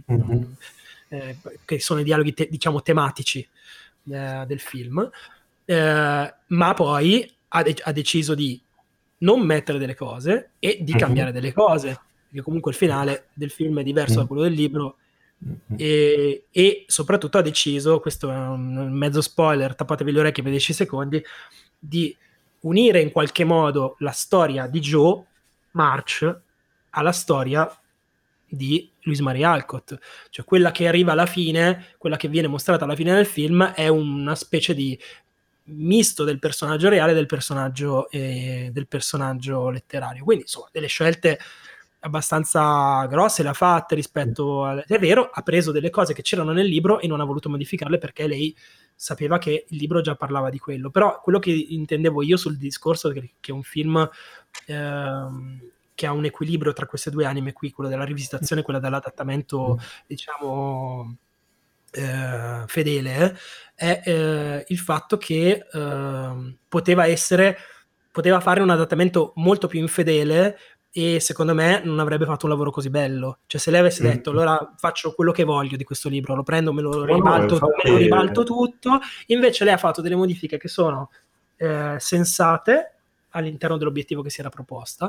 che sono i dialoghi diciamo tematici del film, ma poi ha deciso di non mettere delle cose e di cambiare delle cose, perché comunque il finale del film è diverso da quello del libro, e soprattutto ha deciso, questo è un mezzo spoiler, tappatevi le orecchie per 10 secondi, di unire in qualche modo la storia di Joe March alla storia di Louise Marie Alcott, cioè quella che arriva alla fine, quella che viene mostrata alla fine del film è una specie di misto del personaggio reale e del personaggio letterario, quindi insomma delle scelte abbastanza grosse le ha fatte rispetto è vero, ha preso delle cose che c'erano nel libro e non ha voluto modificarle perché lei sapeva che il libro già parlava di quello, però quello che intendevo io sul discorso che è un film che ha un equilibrio tra queste due anime qui, quello della rivisitazione e quella dell'adattamento diciamo fedele, è il fatto che poteva fare un adattamento molto più infedele, e secondo me non avrebbe fatto un lavoro così bello. Cioè se lei avesse detto allora faccio quello che voglio di questo libro, lo prendo, me lo ribalto tutto, invece lei ha fatto delle modifiche che sono sensate all'interno dell'obiettivo che si era proposta,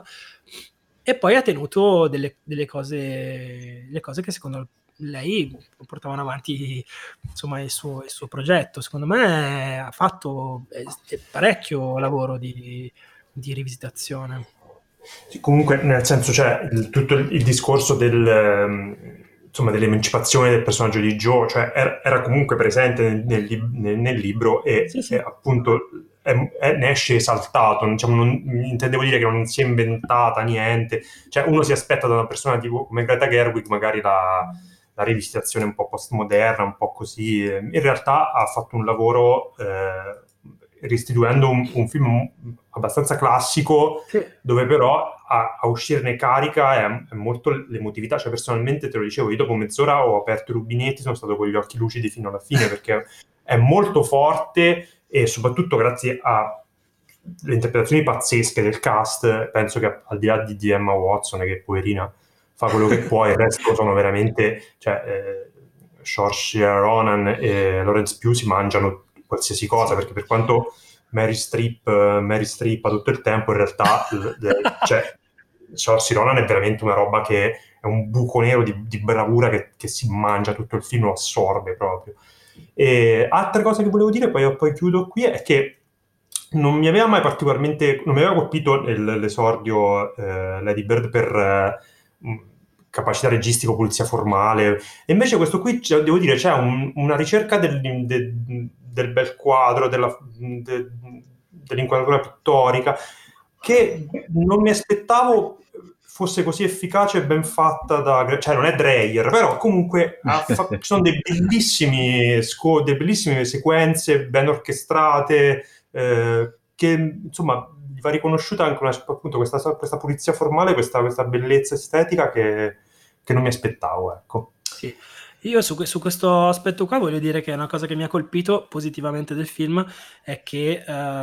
e poi ha tenuto delle cose che secondo lei portavano avanti insomma il suo progetto. Secondo me ha fatto parecchio lavoro di rivisitazione. Sì, comunque, nel senso, cioè, tutto il discorso insomma, dell'emancipazione del personaggio di Joe, cioè, era comunque presente nel libro e, Sì. e appunto ne esce esaltato. Diciamo, non intendevo dire che non si è inventata niente, cioè uno si aspetta da una persona tipo come Greta Gerwig magari la rivisitazione un po' postmoderna, un po' così. In realtà ha fatto un lavoro restituendo un film abbastanza classico, Sì. dove però a uscirne carica è molto l'emotività. Cioè, personalmente, te lo dicevo, io dopo mezz'ora ho aperto i rubinetti, sono stato con gli occhi lucidi fino alla fine, perché è molto forte, e soprattutto grazie alle interpretazioni pazzesche del cast. Penso che al di là di Emma Watson, che poverina fa quello che può, il resto sono veramente, cioè, Saoirse Ronan e Laurence Pugh si mangiano qualsiasi cosa, perché per quanto Mary Streep a tutto il tempo, in realtà cioè, Saoirse Ronan è veramente una roba che è un buco nero di bravura che si mangia tutto il film, lo assorbe proprio. E altre cose che volevo dire, poi chiudo qui, è che non mi aveva colpito l'esordio Lady Bird per capacità registica, pulizia formale, e invece questo qui, devo dire, c'è una ricerca del bel quadro, dell'inquadratura pittorica, che non mi aspettavo fosse così efficace e ben fatta cioè non è Dreyer, però comunque ci sono delle bellissime sequenze ben orchestrate, che insomma gli va riconosciuta anche appunto questa pulizia formale, questa bellezza estetica che non mi aspettavo, ecco. Sì. Io su questo aspetto qua voglio dire che è una cosa che mi ha colpito positivamente del film, è che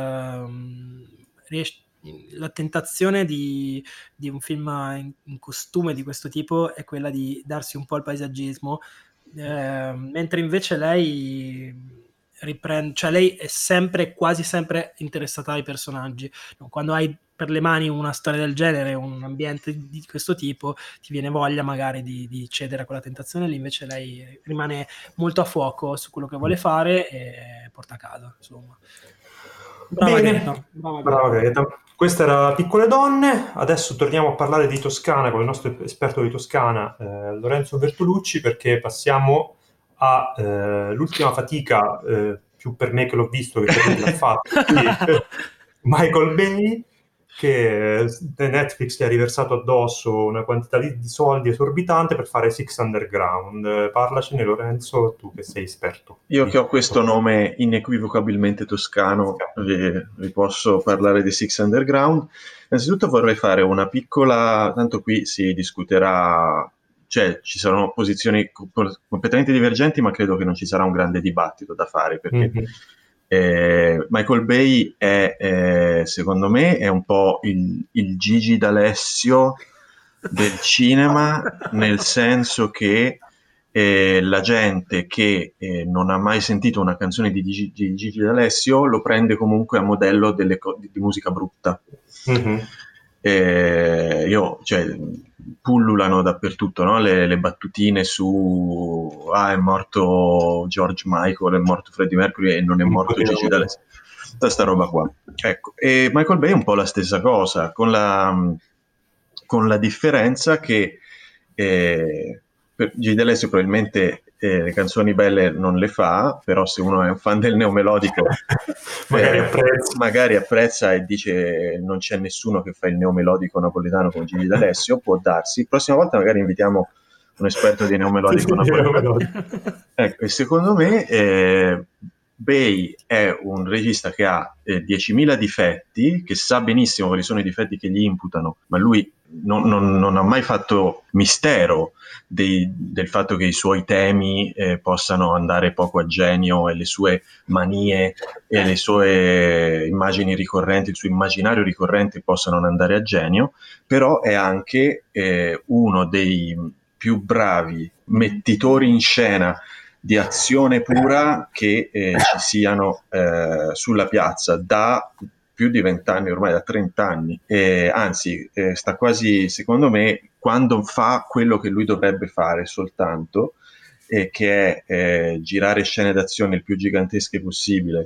la tentazione di un film in costume di questo tipo è quella di darsi un po' al paesaggismo, mentre invece lei riprende, cioè lei è quasi sempre interessata ai personaggi. Quando hai per le mani una storia del genere, un ambiente di questo tipo, ti viene voglia magari di cedere a quella tentazione lì, invece lei rimane molto a fuoco su quello che vuole fare e porta a casa, insomma. Brava Bene, Greta, brava brava Greta. Greta. Questa era Piccole Donne, adesso torniamo a parlare di Toscana con il nostro esperto di Toscana, Lorenzo Bertolucci, perché passiamo all'ultima fatica, più per me che l'ho visto che per lui che l'ha fatto, di Michael Bay, che Netflix gli ha riversato addosso una quantità di soldi esorbitante per fare Six Underground. Parlacene, Lorenzo, tu che sei esperto. Io che ho questo nome inequivocabilmente toscano, vi posso parlare di Six Underground. Innanzitutto vorrei fare una piccola, tanto qui si discuterà, cioè ci saranno posizioni completamente divergenti, ma credo che non ci sarà un grande dibattito da fare, perché Michael Bay è, secondo me, è un po' il Gigi D'Alessio del cinema, nel senso che la gente che non ha mai sentito una canzone di Gigi D'Alessio lo prende comunque a modello di musica brutta. Cioè, pullulano dappertutto, no? Le battutine su è morto George Michael, è morto Freddie Mercury e non è morto Gigi D'Alessio, tutta sta roba qua. Ecco. E Michael Bay è un po' la stessa cosa, con la differenza che per Gigi D'Alessio probabilmente le canzoni belle non le fa, però se uno è un fan del neomelodico magari apprezza e dice non c'è nessuno che fa il neomelodico napoletano come Gigi D'Alessio, può darsi. Prossima volta magari invitiamo un esperto di neomelodico napoletano. Ecco, e secondo me Bay è un regista che ha 10.000 difetti, che sa benissimo quali sono i difetti che gli imputano, ma lui non ha mai fatto mistero del fatto che i suoi temi possano andare poco a genio, e le sue manie e le sue immagini ricorrenti, il suo immaginario ricorrente possano non andare a genio, però è anche uno dei più bravi mettitori in scena di azione pura che ci siano sulla piazza da più di 20 anni, ormai da 30 anni, anzi sta quasi, secondo me, quando fa quello che lui dovrebbe fare soltanto, che è girare scene d'azione il più gigantesche possibile,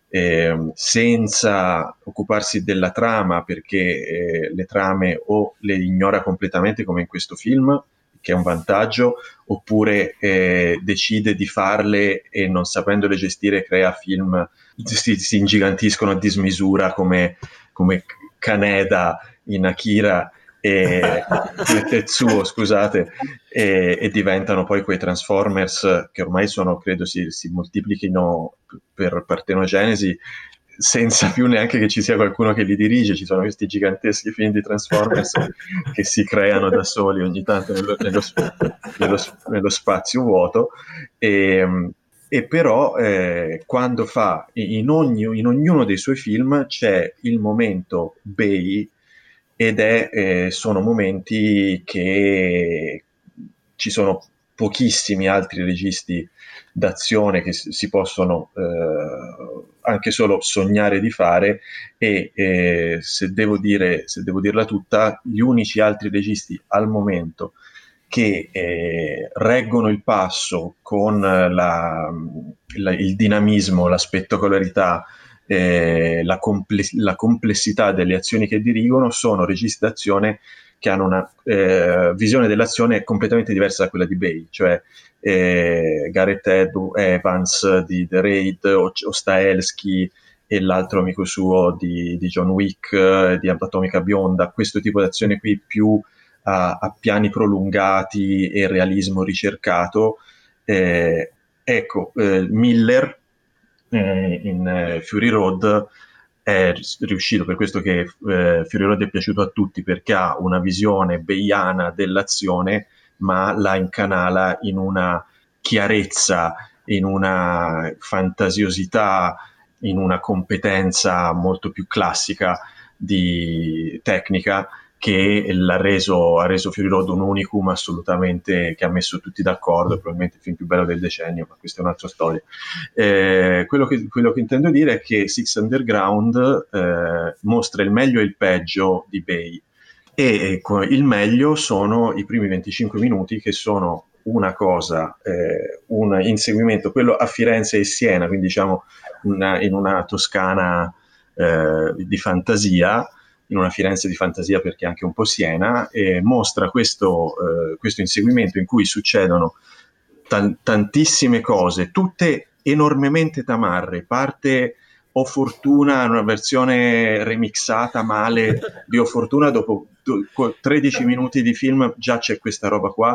senza occuparsi della trama, perché le trame o le ignora completamente come in questo film, che è un vantaggio, oppure decide di farle e non sapendole gestire crea film si ingigantiscono a dismisura come Kaneda in Akira e Tetsuo, scusate, e diventano poi quei Transformers che ormai sono, credo si moltiplichino per partenogenesi senza più neanche che ci sia qualcuno che li dirige. Ci sono questi giganteschi film di Transformers che si creano da soli ogni tanto nello spazio vuoto, e però quando fa in ognuno dei suoi film c'è il momento Bay, ed sono momenti che ci sono pochissimi altri registi d'azione che si possono anche solo sognare di fare, e se devo dirla tutta, gli unici altri registi al momento che reggono il passo con il dinamismo, la spettacolarità, la complessità delle azioni che dirigono, sono registi d'azione che hanno una visione dell'azione completamente diversa da quella di Bay, cioè Gareth Evans di The Raid, o Stahelski e l'altro amico suo di John Wick, di Atomica Bionda, questo tipo di azione qui più a piani prolungati e realismo ricercato. Miller in Fury Road è riuscito, per questo che Fury Road è piaciuto a tutti, perché ha una visione bayana dell'azione, ma la incanala in una chiarezza, in una fantasiosità, in una competenza molto più classica di tecnica, che ha reso Fury Road un unicum assolutamente, che ha messo tutti d'accordo, probabilmente il film più bello del decennio, ma questa è un'altra storia. Quello che intendo dire è che Six Underground mostra il meglio e il peggio di Bay, e il meglio sono i primi 25 minuti, che sono una cosa, un inseguimento, quello a Firenze e Siena, quindi diciamo in una Toscana di fantasia, in una Firenze di fantasia perché anche un po' Siena, e mostra questo inseguimento in cui succedono tantissime cose, tutte enormemente tamarre. Parte O Fortuna, una versione remixata male di O Fortuna, dopo 13 minuti di film già c'è questa roba qua,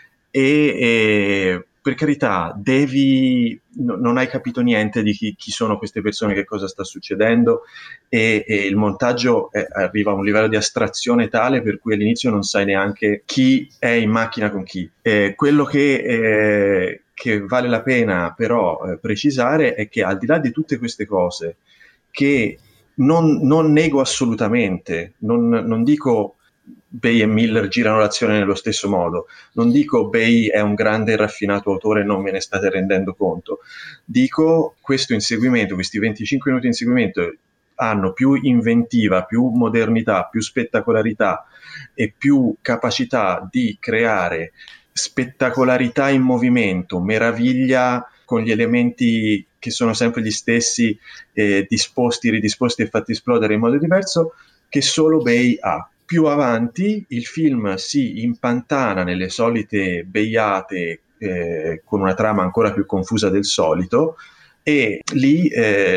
e per carità, non hai capito niente di chi sono queste persone, che cosa sta succedendo, e il montaggio arriva a un livello di astrazione tale per cui all'inizio non sai neanche chi è in macchina con chi. Quello che vale la pena però precisare è che, al di là di tutte queste cose, che non nego assolutamente, non dico Bay e Miller girano l'azione nello stesso modo, non dico Bay è un grande e raffinato autore e non ve ne state rendendo conto, dico questo inseguimento, questi 25 minuti di inseguimento hanno più inventiva, più modernità, più spettacolarità e più capacità di creare spettacolarità in movimento, meraviglia con gli elementi che sono sempre gli stessi, disposti, ridisposti e fatti esplodere in modo diverso, che solo Bay ha. Più avanti il film si impantana nelle solite beiate, con una trama ancora più confusa del solito, e lì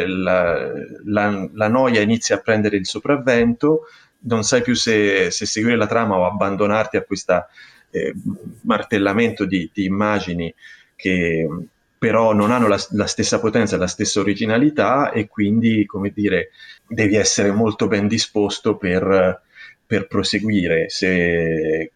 la noia inizia a prendere il sopravvento, non sai più se seguire la trama o abbandonarti a questo martellamento di immagini che però non hanno la stessa potenza, la stessa originalità, e quindi, come dire, devi essere molto ben disposto per proseguire. Se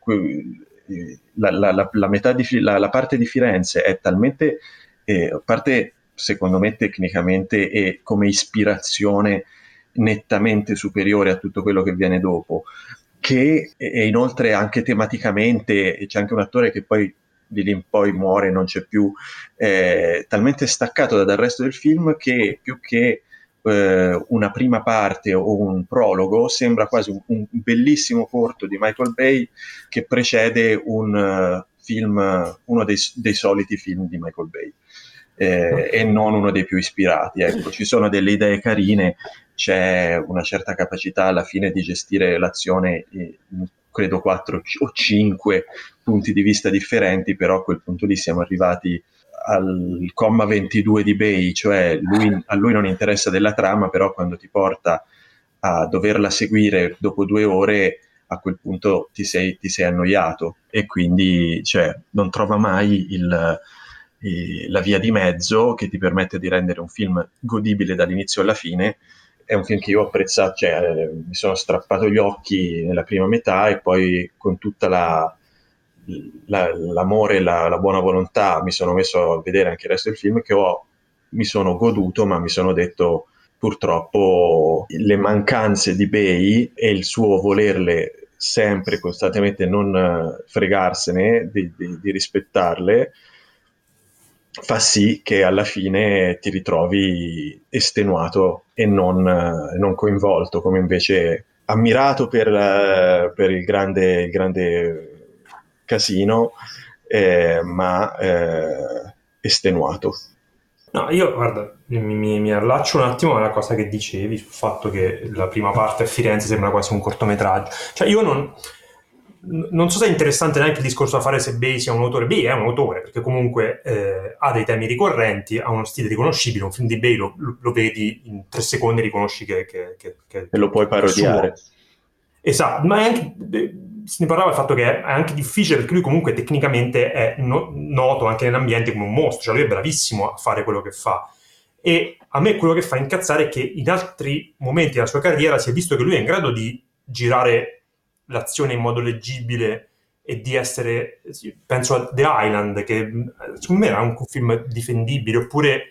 la parte di Firenze è talmente, parte secondo me tecnicamente e come ispirazione nettamente superiore a tutto quello che viene dopo, che e inoltre anche tematicamente c'è anche un attore che poi di lì in poi muore, non c'è più, talmente staccato dal resto del film che più che una prima parte o un prologo sembra quasi un bellissimo corto di Michael Bay che precede un film, uno dei soliti film di Michael Bay, e non uno dei più ispirati. Ecco, ci sono delle idee carine, c'è una certa capacità alla fine di gestire l'azione, credo 4 o 5 punti di vista differenti, però a quel punto lì siamo arrivati al comma 22 di Bay, cioè a lui non interessa della trama, però quando ti porta a doverla seguire dopo 2 ore, a quel punto ti sei annoiato, e quindi non trova mai la via di mezzo che ti permette di rendere un film godibile dall'inizio alla fine. È un film che io ho apprezzato, mi sono strappato gli occhi nella prima metà, e poi con tutta l'amore e la buona volontà mi sono messo a vedere anche il resto del film, che mi sono goduto, ma mi sono detto, purtroppo le mancanze di Bay e il suo volerle sempre costantemente non fregarsene di rispettarle fa sì che alla fine ti ritrovi estenuato e non coinvolto, come invece ammirato per il grande Casino, ma estenuato. No, io guarda, mi allaccio un attimo alla cosa che dicevi sul fatto che la prima parte a Firenze sembra quasi un cortometraggio. Cioè io non so se è interessante neanche il discorso da fare se Bay sia un autore. Bay è un autore, perché comunque ha dei temi ricorrenti, ha uno stile riconoscibile. Un film di Bay lo vedi in 3 secondi e riconosci che e lo puoi parodiare. Esatto, ma è anche, se ne parlava del fatto che è anche difficile, perché lui comunque tecnicamente è noto anche nell'ambiente come un mostro, cioè lui è bravissimo a fare quello che fa. E a me quello che fa incazzare è che in altri momenti della sua carriera si è visto che lui è in grado di girare l'azione in modo leggibile e di essere, penso a The Island, che secondo me era un film difendibile, oppure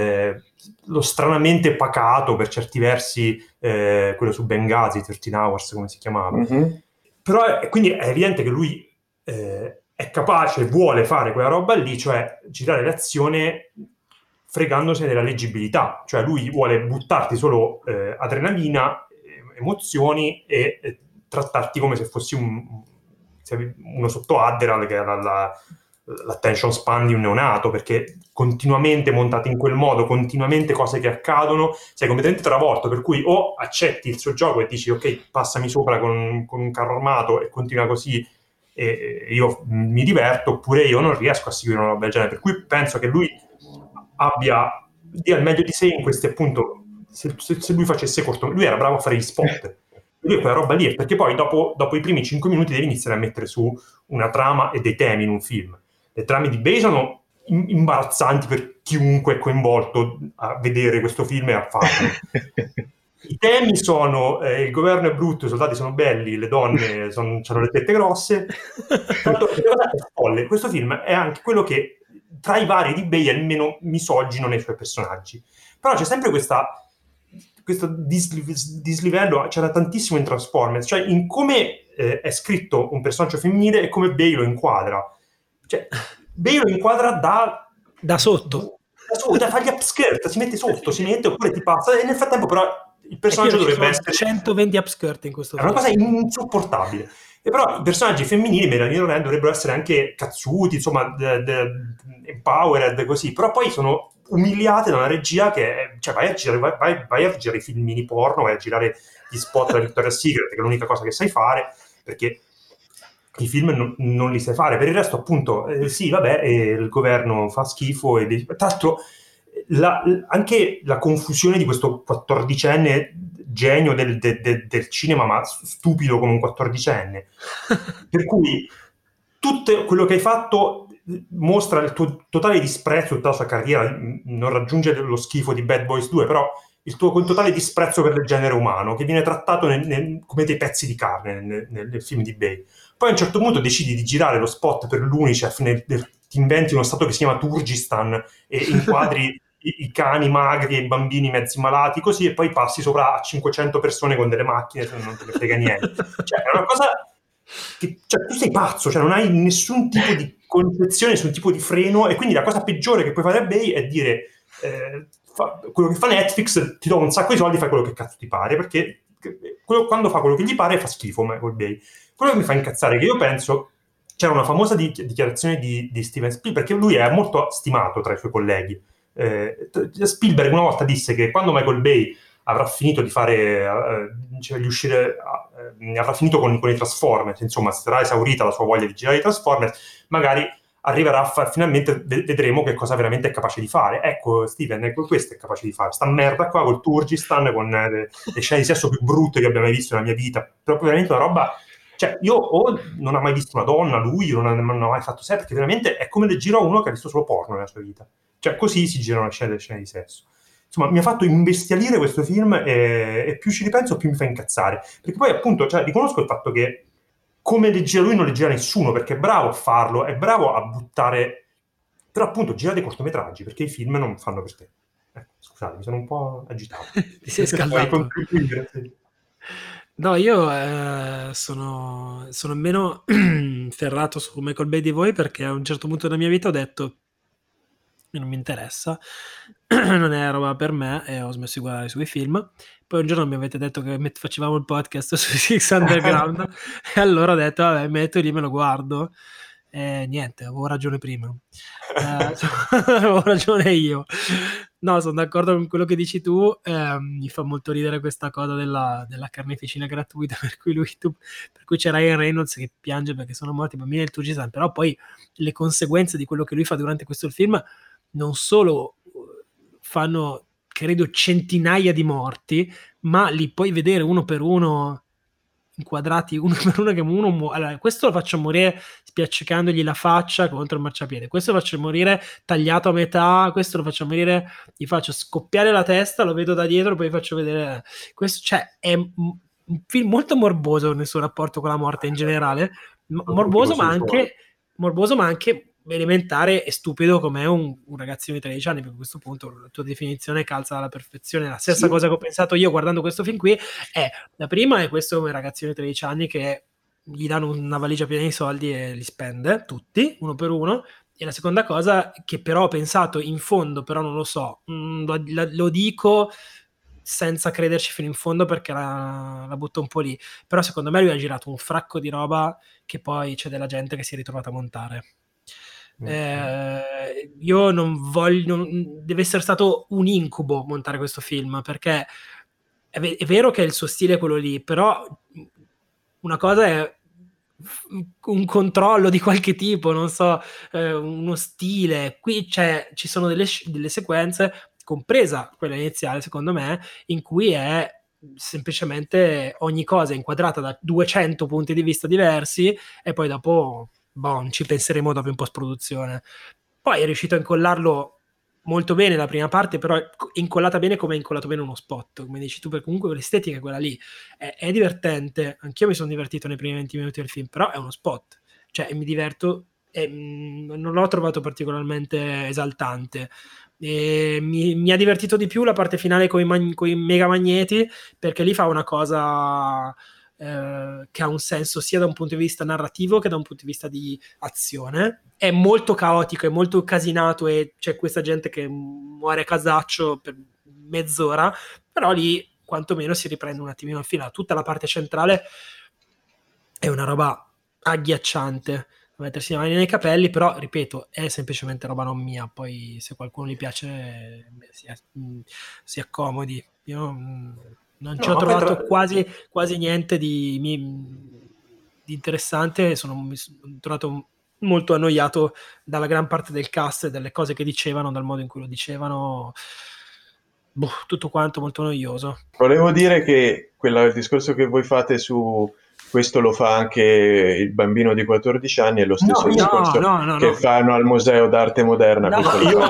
lo stranamente pacato per certi versi, quello su Benghazi, 13 Hours, come si chiamava. Mm-hmm. quindi è evidente che lui è capace, vuole fare quella roba lì, cioè girare l'azione fregandosi della leggibilità, cioè lui vuole buttarti solo adrenalina, emozioni e trattarti come se fossi uno sotto Adderall, che era l'attention span di un neonato, perché continuamente montati in quel modo, continuamente cose che accadono, sei completamente travolto, per cui o accetti il suo gioco e dici ok, passami sopra con un carro armato e continua così e io mi diverto, oppure io non riesco a seguire una roba del genere, per cui penso che lui dia il meglio di sé in questi, appunto, se lui facesse lui era bravo a fare gli spot, lui quella roba lì, perché poi dopo i primi 5 minuti devi iniziare a mettere su una trama e dei temi in un film. Le trame di Bay sono imbarazzanti per chiunque è coinvolto a vedere questo film e a farlo. I temi sono il governo è brutto, i soldati sono belli, le donne hanno le tette grosse. Tanto, è folle. Questo film è anche quello che tra i vari di Bay è il meno misogino nei suoi personaggi, però c'è sempre questo dislivello, c'era tantissimo in Transformers, cioè in come è scritto un personaggio femminile e come Bay lo inquadra, cioè Bay lo inquadra da sotto, fa gli upskirt, si mette sotto, si mette oppure ti passa, e nel frattempo però il personaggio dovrebbe essere 120 upskirt in questo film. È una cosa insopportabile. E però i personaggi femminili, Melanie Laurent, dovrebbero essere anche cazzuti, insomma, empowered, così, però poi sono umiliate da una regia che, cioè, vai a girare i filmini porno, vai a girare gli spot della Victoria's Secret, che è l'unica cosa che sai fare, perché i film non li sai fare. Per il resto, appunto, sì, vabbè, il governo fa schifo, e tra l'altro anche la confusione di questo 14enne genio del cinema, ma stupido come un 14enne, per cui tutto quello che hai fatto mostra il tuo totale disprezzo, tutta la sua carriera non raggiunge lo schifo di Bad Boys 2, però il tuo totale disprezzo per il genere umano, che viene trattato come dei pezzi di carne nel film di Bay. Poi a un certo punto decidi di girare lo spot per l'Unicef, ti inventi uno stato che si chiama Turgistan e inquadri i cani magri e i bambini mezzi malati, così, e poi passi sopra a 500 persone con delle macchine, se non te ne frega niente. Cioè, è una cosa che, cioè, tu sei pazzo, cioè non hai nessun tipo di concezione, nessun tipo di freno, e quindi la cosa peggiore che puoi fare a Bay è dire quello che fa Netflix, ti do un sacco di soldi, fai quello che cazzo ti pare, perché quando fa quello che gli pare fa schifo, col Bay. Quello che mi fa incazzare è che io penso, c'era una famosa dichiarazione di Steven Spielberg, perché lui è molto stimato tra i suoi colleghi. Spielberg una volta disse che quando Michael Bay avrà finito di fare avrà finito con i Transformers, insomma sarà esaurita la sua voglia di girare i Transformers, magari arriverà finalmente vedremo che cosa veramente è capace di fare. Ecco, Steven, questo è capace di fare sta merda qua col Turgistan, con le scene di sesso più brutte che abbia mai visto nella mia vita, proprio veramente una roba. Cioè, io non ho mai visto una donna, lui non ha mai fatto sé, perché veramente è come le giro uno che ha visto solo porno nella sua vita. Cioè, così si girano le scene di sesso. Insomma, mi ha fatto imbestialire questo film, e più ci ripenso più mi fa incazzare. Perché poi, appunto, cioè, riconosco il fatto che come le gira lui non le gira nessuno, perché è bravo a farlo, è bravo a buttare. Però, appunto, gira dei cortometraggi, perché i film non fanno per te. Scusate, mi sono un po' agitato. Ti sei scaldato. No, io sono meno ferrato su Michael Bay di voi, perché a un certo punto della mia vita ho detto non mi interessa, non è roba per me, e ho smesso di guardare sui film. Poi un giorno mi avete detto che facevamo il podcast su Six Underground e allora ho detto vabbè, metto lì, me lo guardo, e niente, avevo ragione prima. Avevo ragione io. No, sono d'accordo con quello che dici tu. Mi fa molto ridere questa cosa della carneficina gratuita, per cui c'è Ryan Reynolds che piange perché sono morti i bambini del Turgistan, però poi le conseguenze di quello che lui fa durante questo film non solo fanno, credo, centinaia di morti, ma li puoi vedere uno per uno, inquadrati uno per uno, che uno allora, questo lo faccio morire spiaccicandogli la faccia contro il marciapiede, questo lo faccio morire tagliato a metà, questo lo faccio morire, gli faccio scoppiare la testa, lo vedo da dietro, poi faccio vedere questo. Cioè è un film molto morboso nel suo rapporto con la morte in generale, morboso ma anche elementare e stupido come un ragazzino di 13 anni, perché a questo punto la tua definizione calza alla perfezione. La stessa cosa che ho pensato io guardando questo film qui è, la prima è questo come ragazzino di 13 anni che gli danno una valigia piena di soldi e li spende tutti, uno per uno. E la seconda cosa che però ho pensato in fondo, però non lo so, lo dico senza crederci fino in fondo perché la butto un po' lì, però secondo me lui ha girato un fracco di roba che poi c'è della gente che si è ritrovata a montare. Io non voglio, deve essere stato un incubo montare questo film, perché è vero che il suo stile è quello lì, però una cosa è un controllo di qualche tipo, non so, uno stile. Qui ci sono delle sequenze, compresa quella iniziale, secondo me, in cui è semplicemente ogni cosa è inquadrata da 200 punti di vista diversi e poi dopo ci penseremo dopo in post-produzione. Poi è riuscito a incollarlo molto bene la prima parte, però è incollata bene come è incollato bene uno spot, come dici tu, perché comunque l'estetica è quella lì, è divertente, anch'io mi sono divertito nei primi 20 minuti del film, però è uno spot, cioè mi diverto e non l'ho trovato particolarmente esaltante. E mi ha divertito di più la parte finale con i mega magneti, perché lì fa una cosa che ha un senso sia da un punto di vista narrativo che da un punto di vista di azione. È molto caotico, è molto casinato e c'è questa gente che muore a casaccio per mezz'ora, però lì quantomeno si riprende un attimino il filo. Tutta la parte centrale è una roba agghiacciante, mettersi le mani nei capelli, però ripeto, è semplicemente roba non mia. Poi se qualcuno gli piace si accomodi. Io non ci ho trovato quasi niente di interessante, mi sono trovato molto annoiato dalla gran parte del cast e delle cose che dicevano, dal modo in cui lo dicevano, tutto quanto molto noioso. Volevo dire che il discorso che voi fate su questo lo fa anche il bambino di 14 anni, è lo stesso discorso che fanno al Museo d'Arte Moderna. Io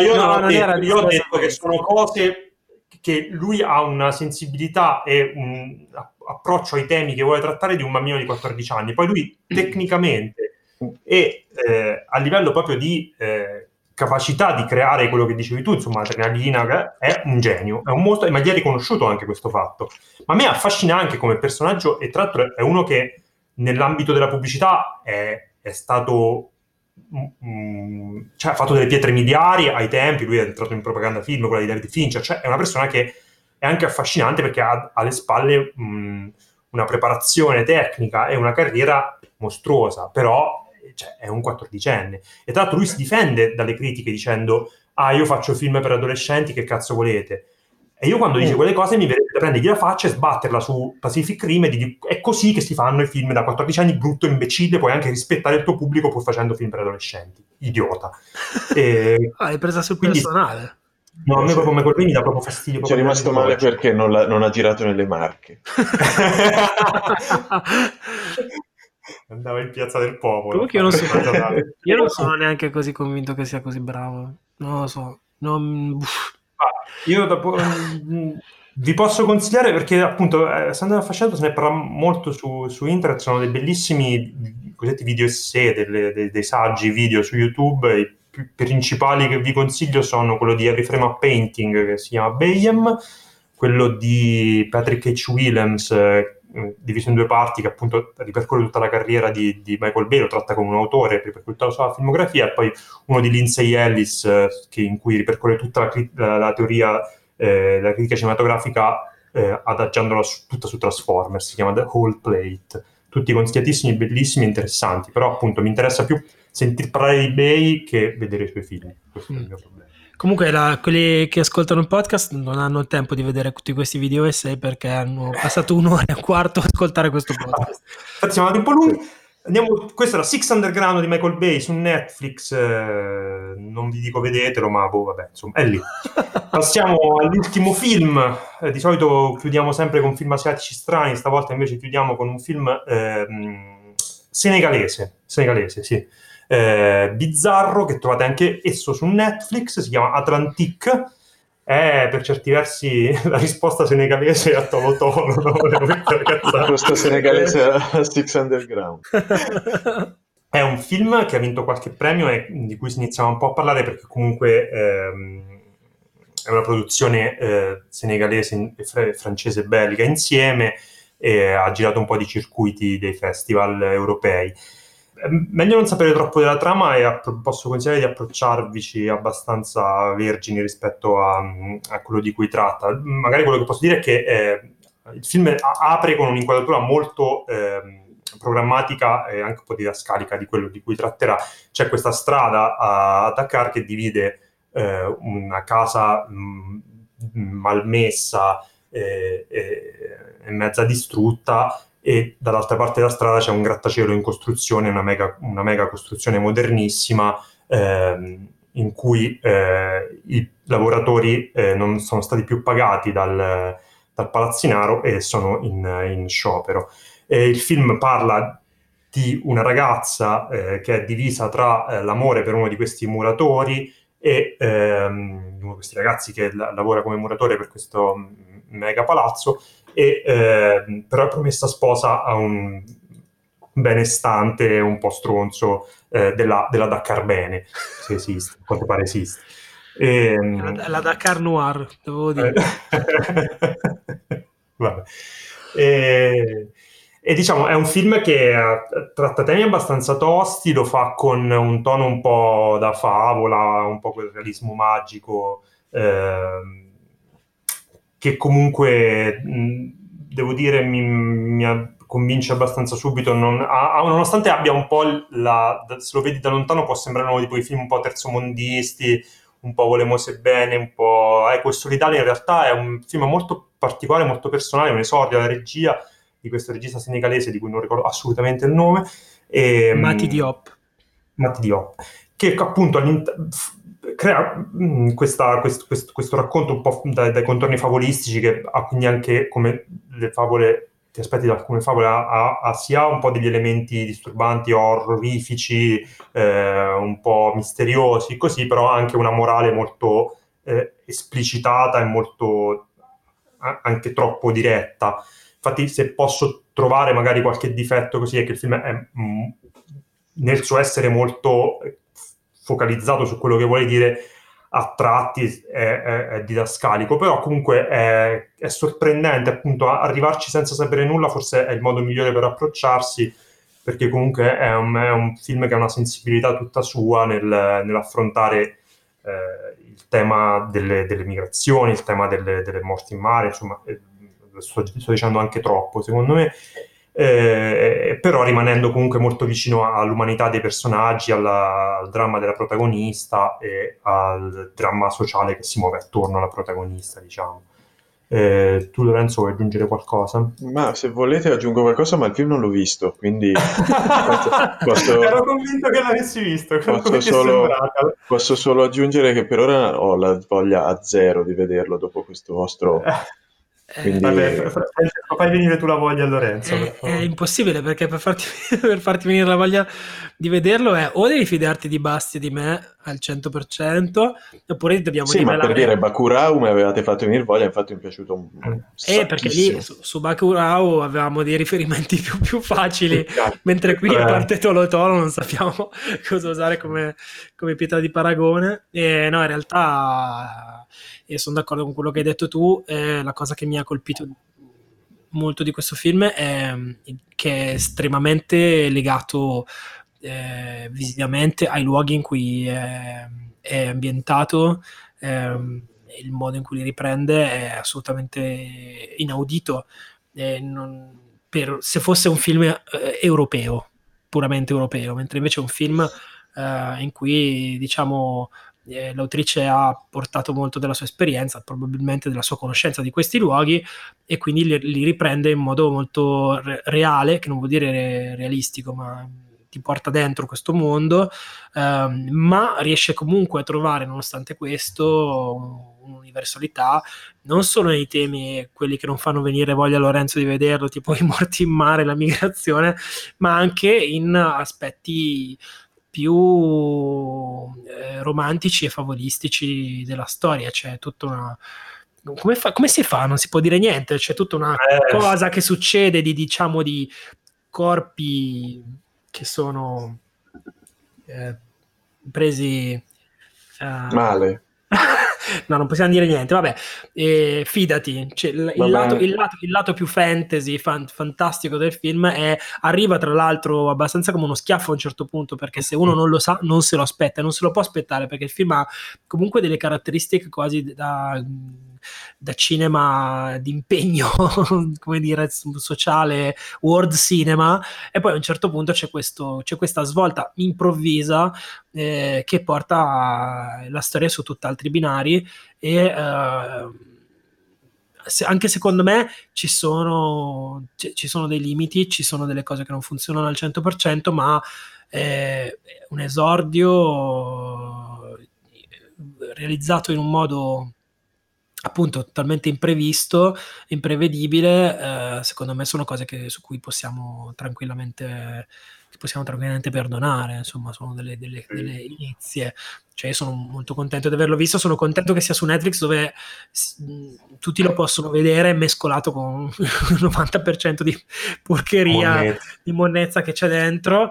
ho detto che sono cose che lui ha una sensibilità e un approccio ai temi che vuole trattare di un bambino di 14 anni. Poi lui tecnicamente e a livello proprio di capacità di creare quello che dicevi tu, insomma, l'adrenalina, è un genio, è un mostro, ma gli è riconosciuto anche questo fatto. Ma a me affascina anche come personaggio, e tra l'altro è uno che nell'ambito della pubblicità è stato cioè ha fatto delle pietre miliari ai tempi, lui è entrato in propaganda film, quella di David Fincher, cioè è una persona che è anche affascinante perché ha alle spalle una preparazione tecnica e una carriera mostruosa, però è un 14enne. E tra l'altro lui si difende dalle critiche dicendo io faccio film per adolescenti, che cazzo volete? E io quando dice quelle cose mi verrebbe da prendergli la faccia e sbatterla su Pacific Rim e dire è così che si fanno i film da 14 anni, brutto imbecille, puoi anche rispettare il tuo pubblico pur facendo film per adolescenti, idiota. Hai presa sul personale. No, a me proprio Michael Bay mi dà proprio fastidio. C'è rimasto male perché non ha girato nelle Marche. Andava in Piazza del Popolo. Comunque io non sono neanche così convinto che sia così bravo. Non lo so. Io dopo vi posso consigliare perché appunto essendo affascinato se ne parla molto su internet, sono dei bellissimi cosiddetti video essay, dei saggi video su YouTube. I più principali che vi consiglio sono quello di Every Frame of Painting, che si chiama Bayhem, quello di Patrick H. Willems, diviso in due parti, che appunto ripercorre tutta la carriera di Michael Bay, lo tratta come un autore, ripercorre tutta la sua filmografia, e poi uno di Lindsay Ellis in cui ripercorre tutta la teoria della critica cinematografica adagiandola tutta su Transformers, si chiama The Whole Plate. Tutti consigliatissimi, bellissimi, interessanti, però appunto mi interessa più sentir parlare di Bay che vedere i suoi film. Questo è il mio problema. Comunque quelli che ascoltano il podcast non hanno il tempo di vedere tutti questi video essay perché hanno passato un'ora e un quarto a ascoltare questo podcast. Infatti siamo andati un po' lunghi. Questo era Six Underground di Michael Bay su Netflix, non vi dico vedetelo, ma vabbè, insomma, è lì. Passiamo all'ultimo film. Di solito chiudiamo sempre con film asiatici strani, stavolta invece chiudiamo con un film senegalese, sì. Bizzarro, che trovate anche esso su Netflix, si chiama Atlantique. È per certi versi la risposta senegalese a Tolo Tolo, no? La risposta senegalese a Six Underground. È un film che ha vinto qualche premio e di cui si iniziava un po' a parlare perché comunque è una produzione senegalese e francese belga insieme. e ha girato un po' di circuiti dei festival europei. Meglio non sapere troppo della trama e posso consigliare di approcciarvici abbastanza vergini rispetto a quello di cui tratta. Magari quello che posso dire è che il film apre con un'inquadratura molto programmatica e anche un po' didascalica di quello di cui tratterà. C'è questa strada a Dakar che divide una casa malmessa e mezza distrutta, e dall'altra parte della strada c'è un grattacielo in costruzione, una mega costruzione modernissima, in cui i lavoratori non sono stati più pagati dal palazzinaro e sono in sciopero. Il film parla di una ragazza che è divisa tra l'amore per uno di questi muratori e uno di questi ragazzi che lavora come muratore per questo mega palazzo, e però è promessa sposa a un benestante un po' stronzo della Dakar Bene, se esiste, a quanto pare esiste. La Dakar Noir, devo dire. Vabbè. E diciamo è un film che tratta temi abbastanza tosti, lo fa con un tono un po' da favola, un po' quel realismo magico, che comunque devo dire mi convince abbastanza subito, nonostante abbia un po' se lo vedi da lontano può sembrare uno di quei film un po' terzomondisti, un po' Volemose bene, un po' questo Solitario. In realtà è un film molto particolare, molto personale, un esordio alla regia di questo regista senegalese di cui non ricordo assolutamente il nome, Mati Diop, che appunto crea questo racconto un po' dai contorni favolistici, che ha quindi anche, come le favole, ti aspetti da alcune favole, si ha un po' degli elementi disturbanti, orrorifici, un po' misteriosi, così, però anche una morale molto esplicitata e molto anche troppo diretta. Infatti, se posso trovare magari qualche difetto così, è che il film è nel suo essere molto focalizzato su quello che vuole dire, a tratti è didascalico, però comunque è sorprendente, appunto, arrivarci senza sapere nulla forse è il modo migliore per approcciarsi, perché comunque è un film che ha una sensibilità tutta sua nell'affrontare il tema delle migrazioni, il tema delle morti in mare, insomma, sto dicendo anche troppo secondo me, però rimanendo comunque molto vicino all'umanità dei personaggi, al dramma della protagonista e al dramma sociale che si muove attorno alla protagonista, diciamo. Tu, Lorenzo, vuoi aggiungere qualcosa? Ma se volete aggiungo qualcosa, ma il film non l'ho visto, quindi ero convinto che l'avessi visto. Posso solo aggiungere che per ora ho la voglia a zero di vederlo dopo questo vostro... Quindi... Vabbè, fai venire tu la voglia a Lorenzo. È impossibile, perché per farti venire la voglia di vederlo o devi fidarti di Basti e di me al 100%, oppure dobbiamo rivelare... ma per dire Bacurau mi avevate fatto venire voglia, infatti mi è piaciuto perché lì su Bacurau avevamo dei riferimenti più facili, mentre qui a parte Tolo Tolo non sappiamo cosa usare come pietra di paragone. E no, in realtà sono d'accordo con quello che hai detto tu. La cosa che mi ha colpito molto di questo film è che è estremamente legato visivamente ai luoghi in cui è ambientato. Il modo in cui li riprende è assolutamente inaudito, se fosse un film europeo, puramente europeo, mentre invece è un film in cui, diciamo, l'autrice ha portato molto della sua esperienza, probabilmente della sua conoscenza di questi luoghi, e quindi li riprende in modo molto reale, che non vuol dire realistico, ma ti porta dentro questo mondo, ma riesce comunque a trovare, nonostante questo, un'universalità non solo nei temi, quelli che non fanno venire voglia a Lorenzo di vederlo, tipo i morti in mare, la migrazione, ma anche in aspetti più romantici e favolistici della storia. C'è tutta una... Come si fa? Non si può dire niente, c'è tutta una cosa che succede di corpi che sono presi male No, non possiamo dire niente, vabbè, fidati, cioè, il lato più fantasy, fantastico del film arriva tra l'altro abbastanza come uno schiaffo a un certo punto, perché se uno non lo sa non se lo aspetta, non se lo può aspettare, perché il film ha comunque delle caratteristiche quasi da cinema d'impegno, come dire, sociale, world cinema, e poi a un certo punto c'è questa svolta improvvisa che porta la storia su tutt'altri binari e anche secondo me ci sono dei limiti, ci sono delle cose che non funzionano al 100%, ma un esordio realizzato in un modo appunto totalmente imprevisto, imprevedibile, secondo me sono cose su cui possiamo tranquillamente perdonare, insomma sono delle inizie. Cioè io sono molto contento di averlo visto, sono contento che sia su Netflix, dove tutti lo possono vedere mescolato con il 90% di porcheria, di monnezza che c'è dentro,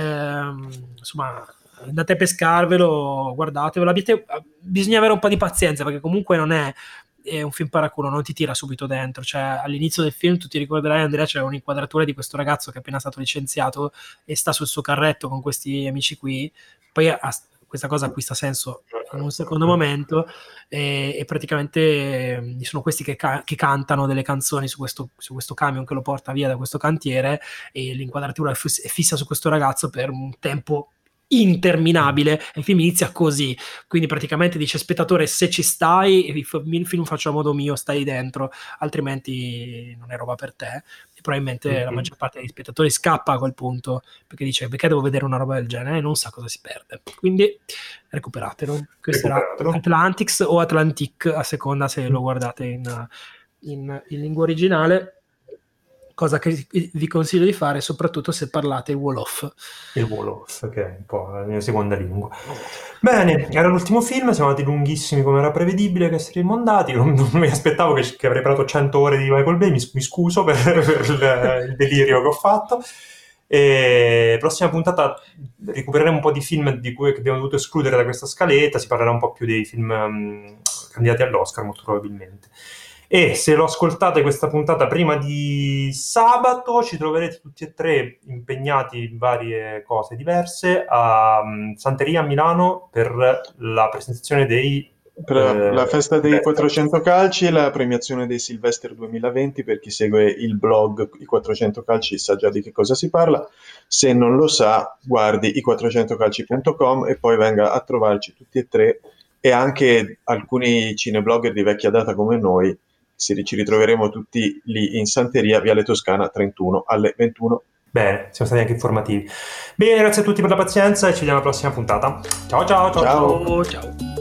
insomma andate a pescarvelo, guardatevelo, bisogna avere un po' di pazienza, perché comunque non è un film paraculo, non ti tira subito dentro. Cioè all'inizio del film tu ti ricorderai, Andrea, c'è un'inquadratura di questo ragazzo che è appena stato licenziato e sta sul suo carretto con questi amici qui, poi questa cosa acquista senso in un secondo momento e praticamente sono questi che cantano delle canzoni su questo camion che lo porta via da questo cantiere, e l'inquadratura è fissa su questo ragazzo per un tempo interminabile e il film inizia così, quindi praticamente dice: spettatore, se ci stai, il film faccio a modo mio, stai dentro, altrimenti non è roba per te. E probabilmente la maggior parte degli spettatori scappa a quel punto, perché dice: perché devo vedere una roba del genere? E non sa cosa si perde. Quindi recuperatelo. Questo era Atlantics o Atlantic, a seconda se lo guardate in lingua originale, cosa che vi consiglio di fare soprattutto se parlate il Wolof, che è un po' la mia seconda lingua. Bene, era l'ultimo film, siamo andati lunghissimi come era prevedibile che saremmo andati, non mi aspettavo che avrei parlato 100 ore di Michael Bay, mi scuso per il delirio che ho fatto. E prossima puntata recupereremo un po' di film che abbiamo dovuto escludere da questa scaletta, si parlerà un po' più dei film candidati all'Oscar molto probabilmente. E se lo ascoltate questa puntata prima di sabato, ci troverete tutti e tre impegnati in varie cose diverse a Santeria a Milano per la presentazione per la festa dei 400 calci e la premiazione dei Sylvester 2020. Per chi segue il blog I 400 calci sa già di che cosa si parla, se non lo sa guardi i400calci.com e poi venga a trovarci tutti e tre, e anche alcuni cineblogger di vecchia data come noi. Ci ritroveremo tutti lì in Santeria, Viale Toscana 31 alle 21. Bene, siamo stati anche informativi. Bene, grazie a tutti per la pazienza e ci vediamo alla prossima puntata. Ciao. Ciao.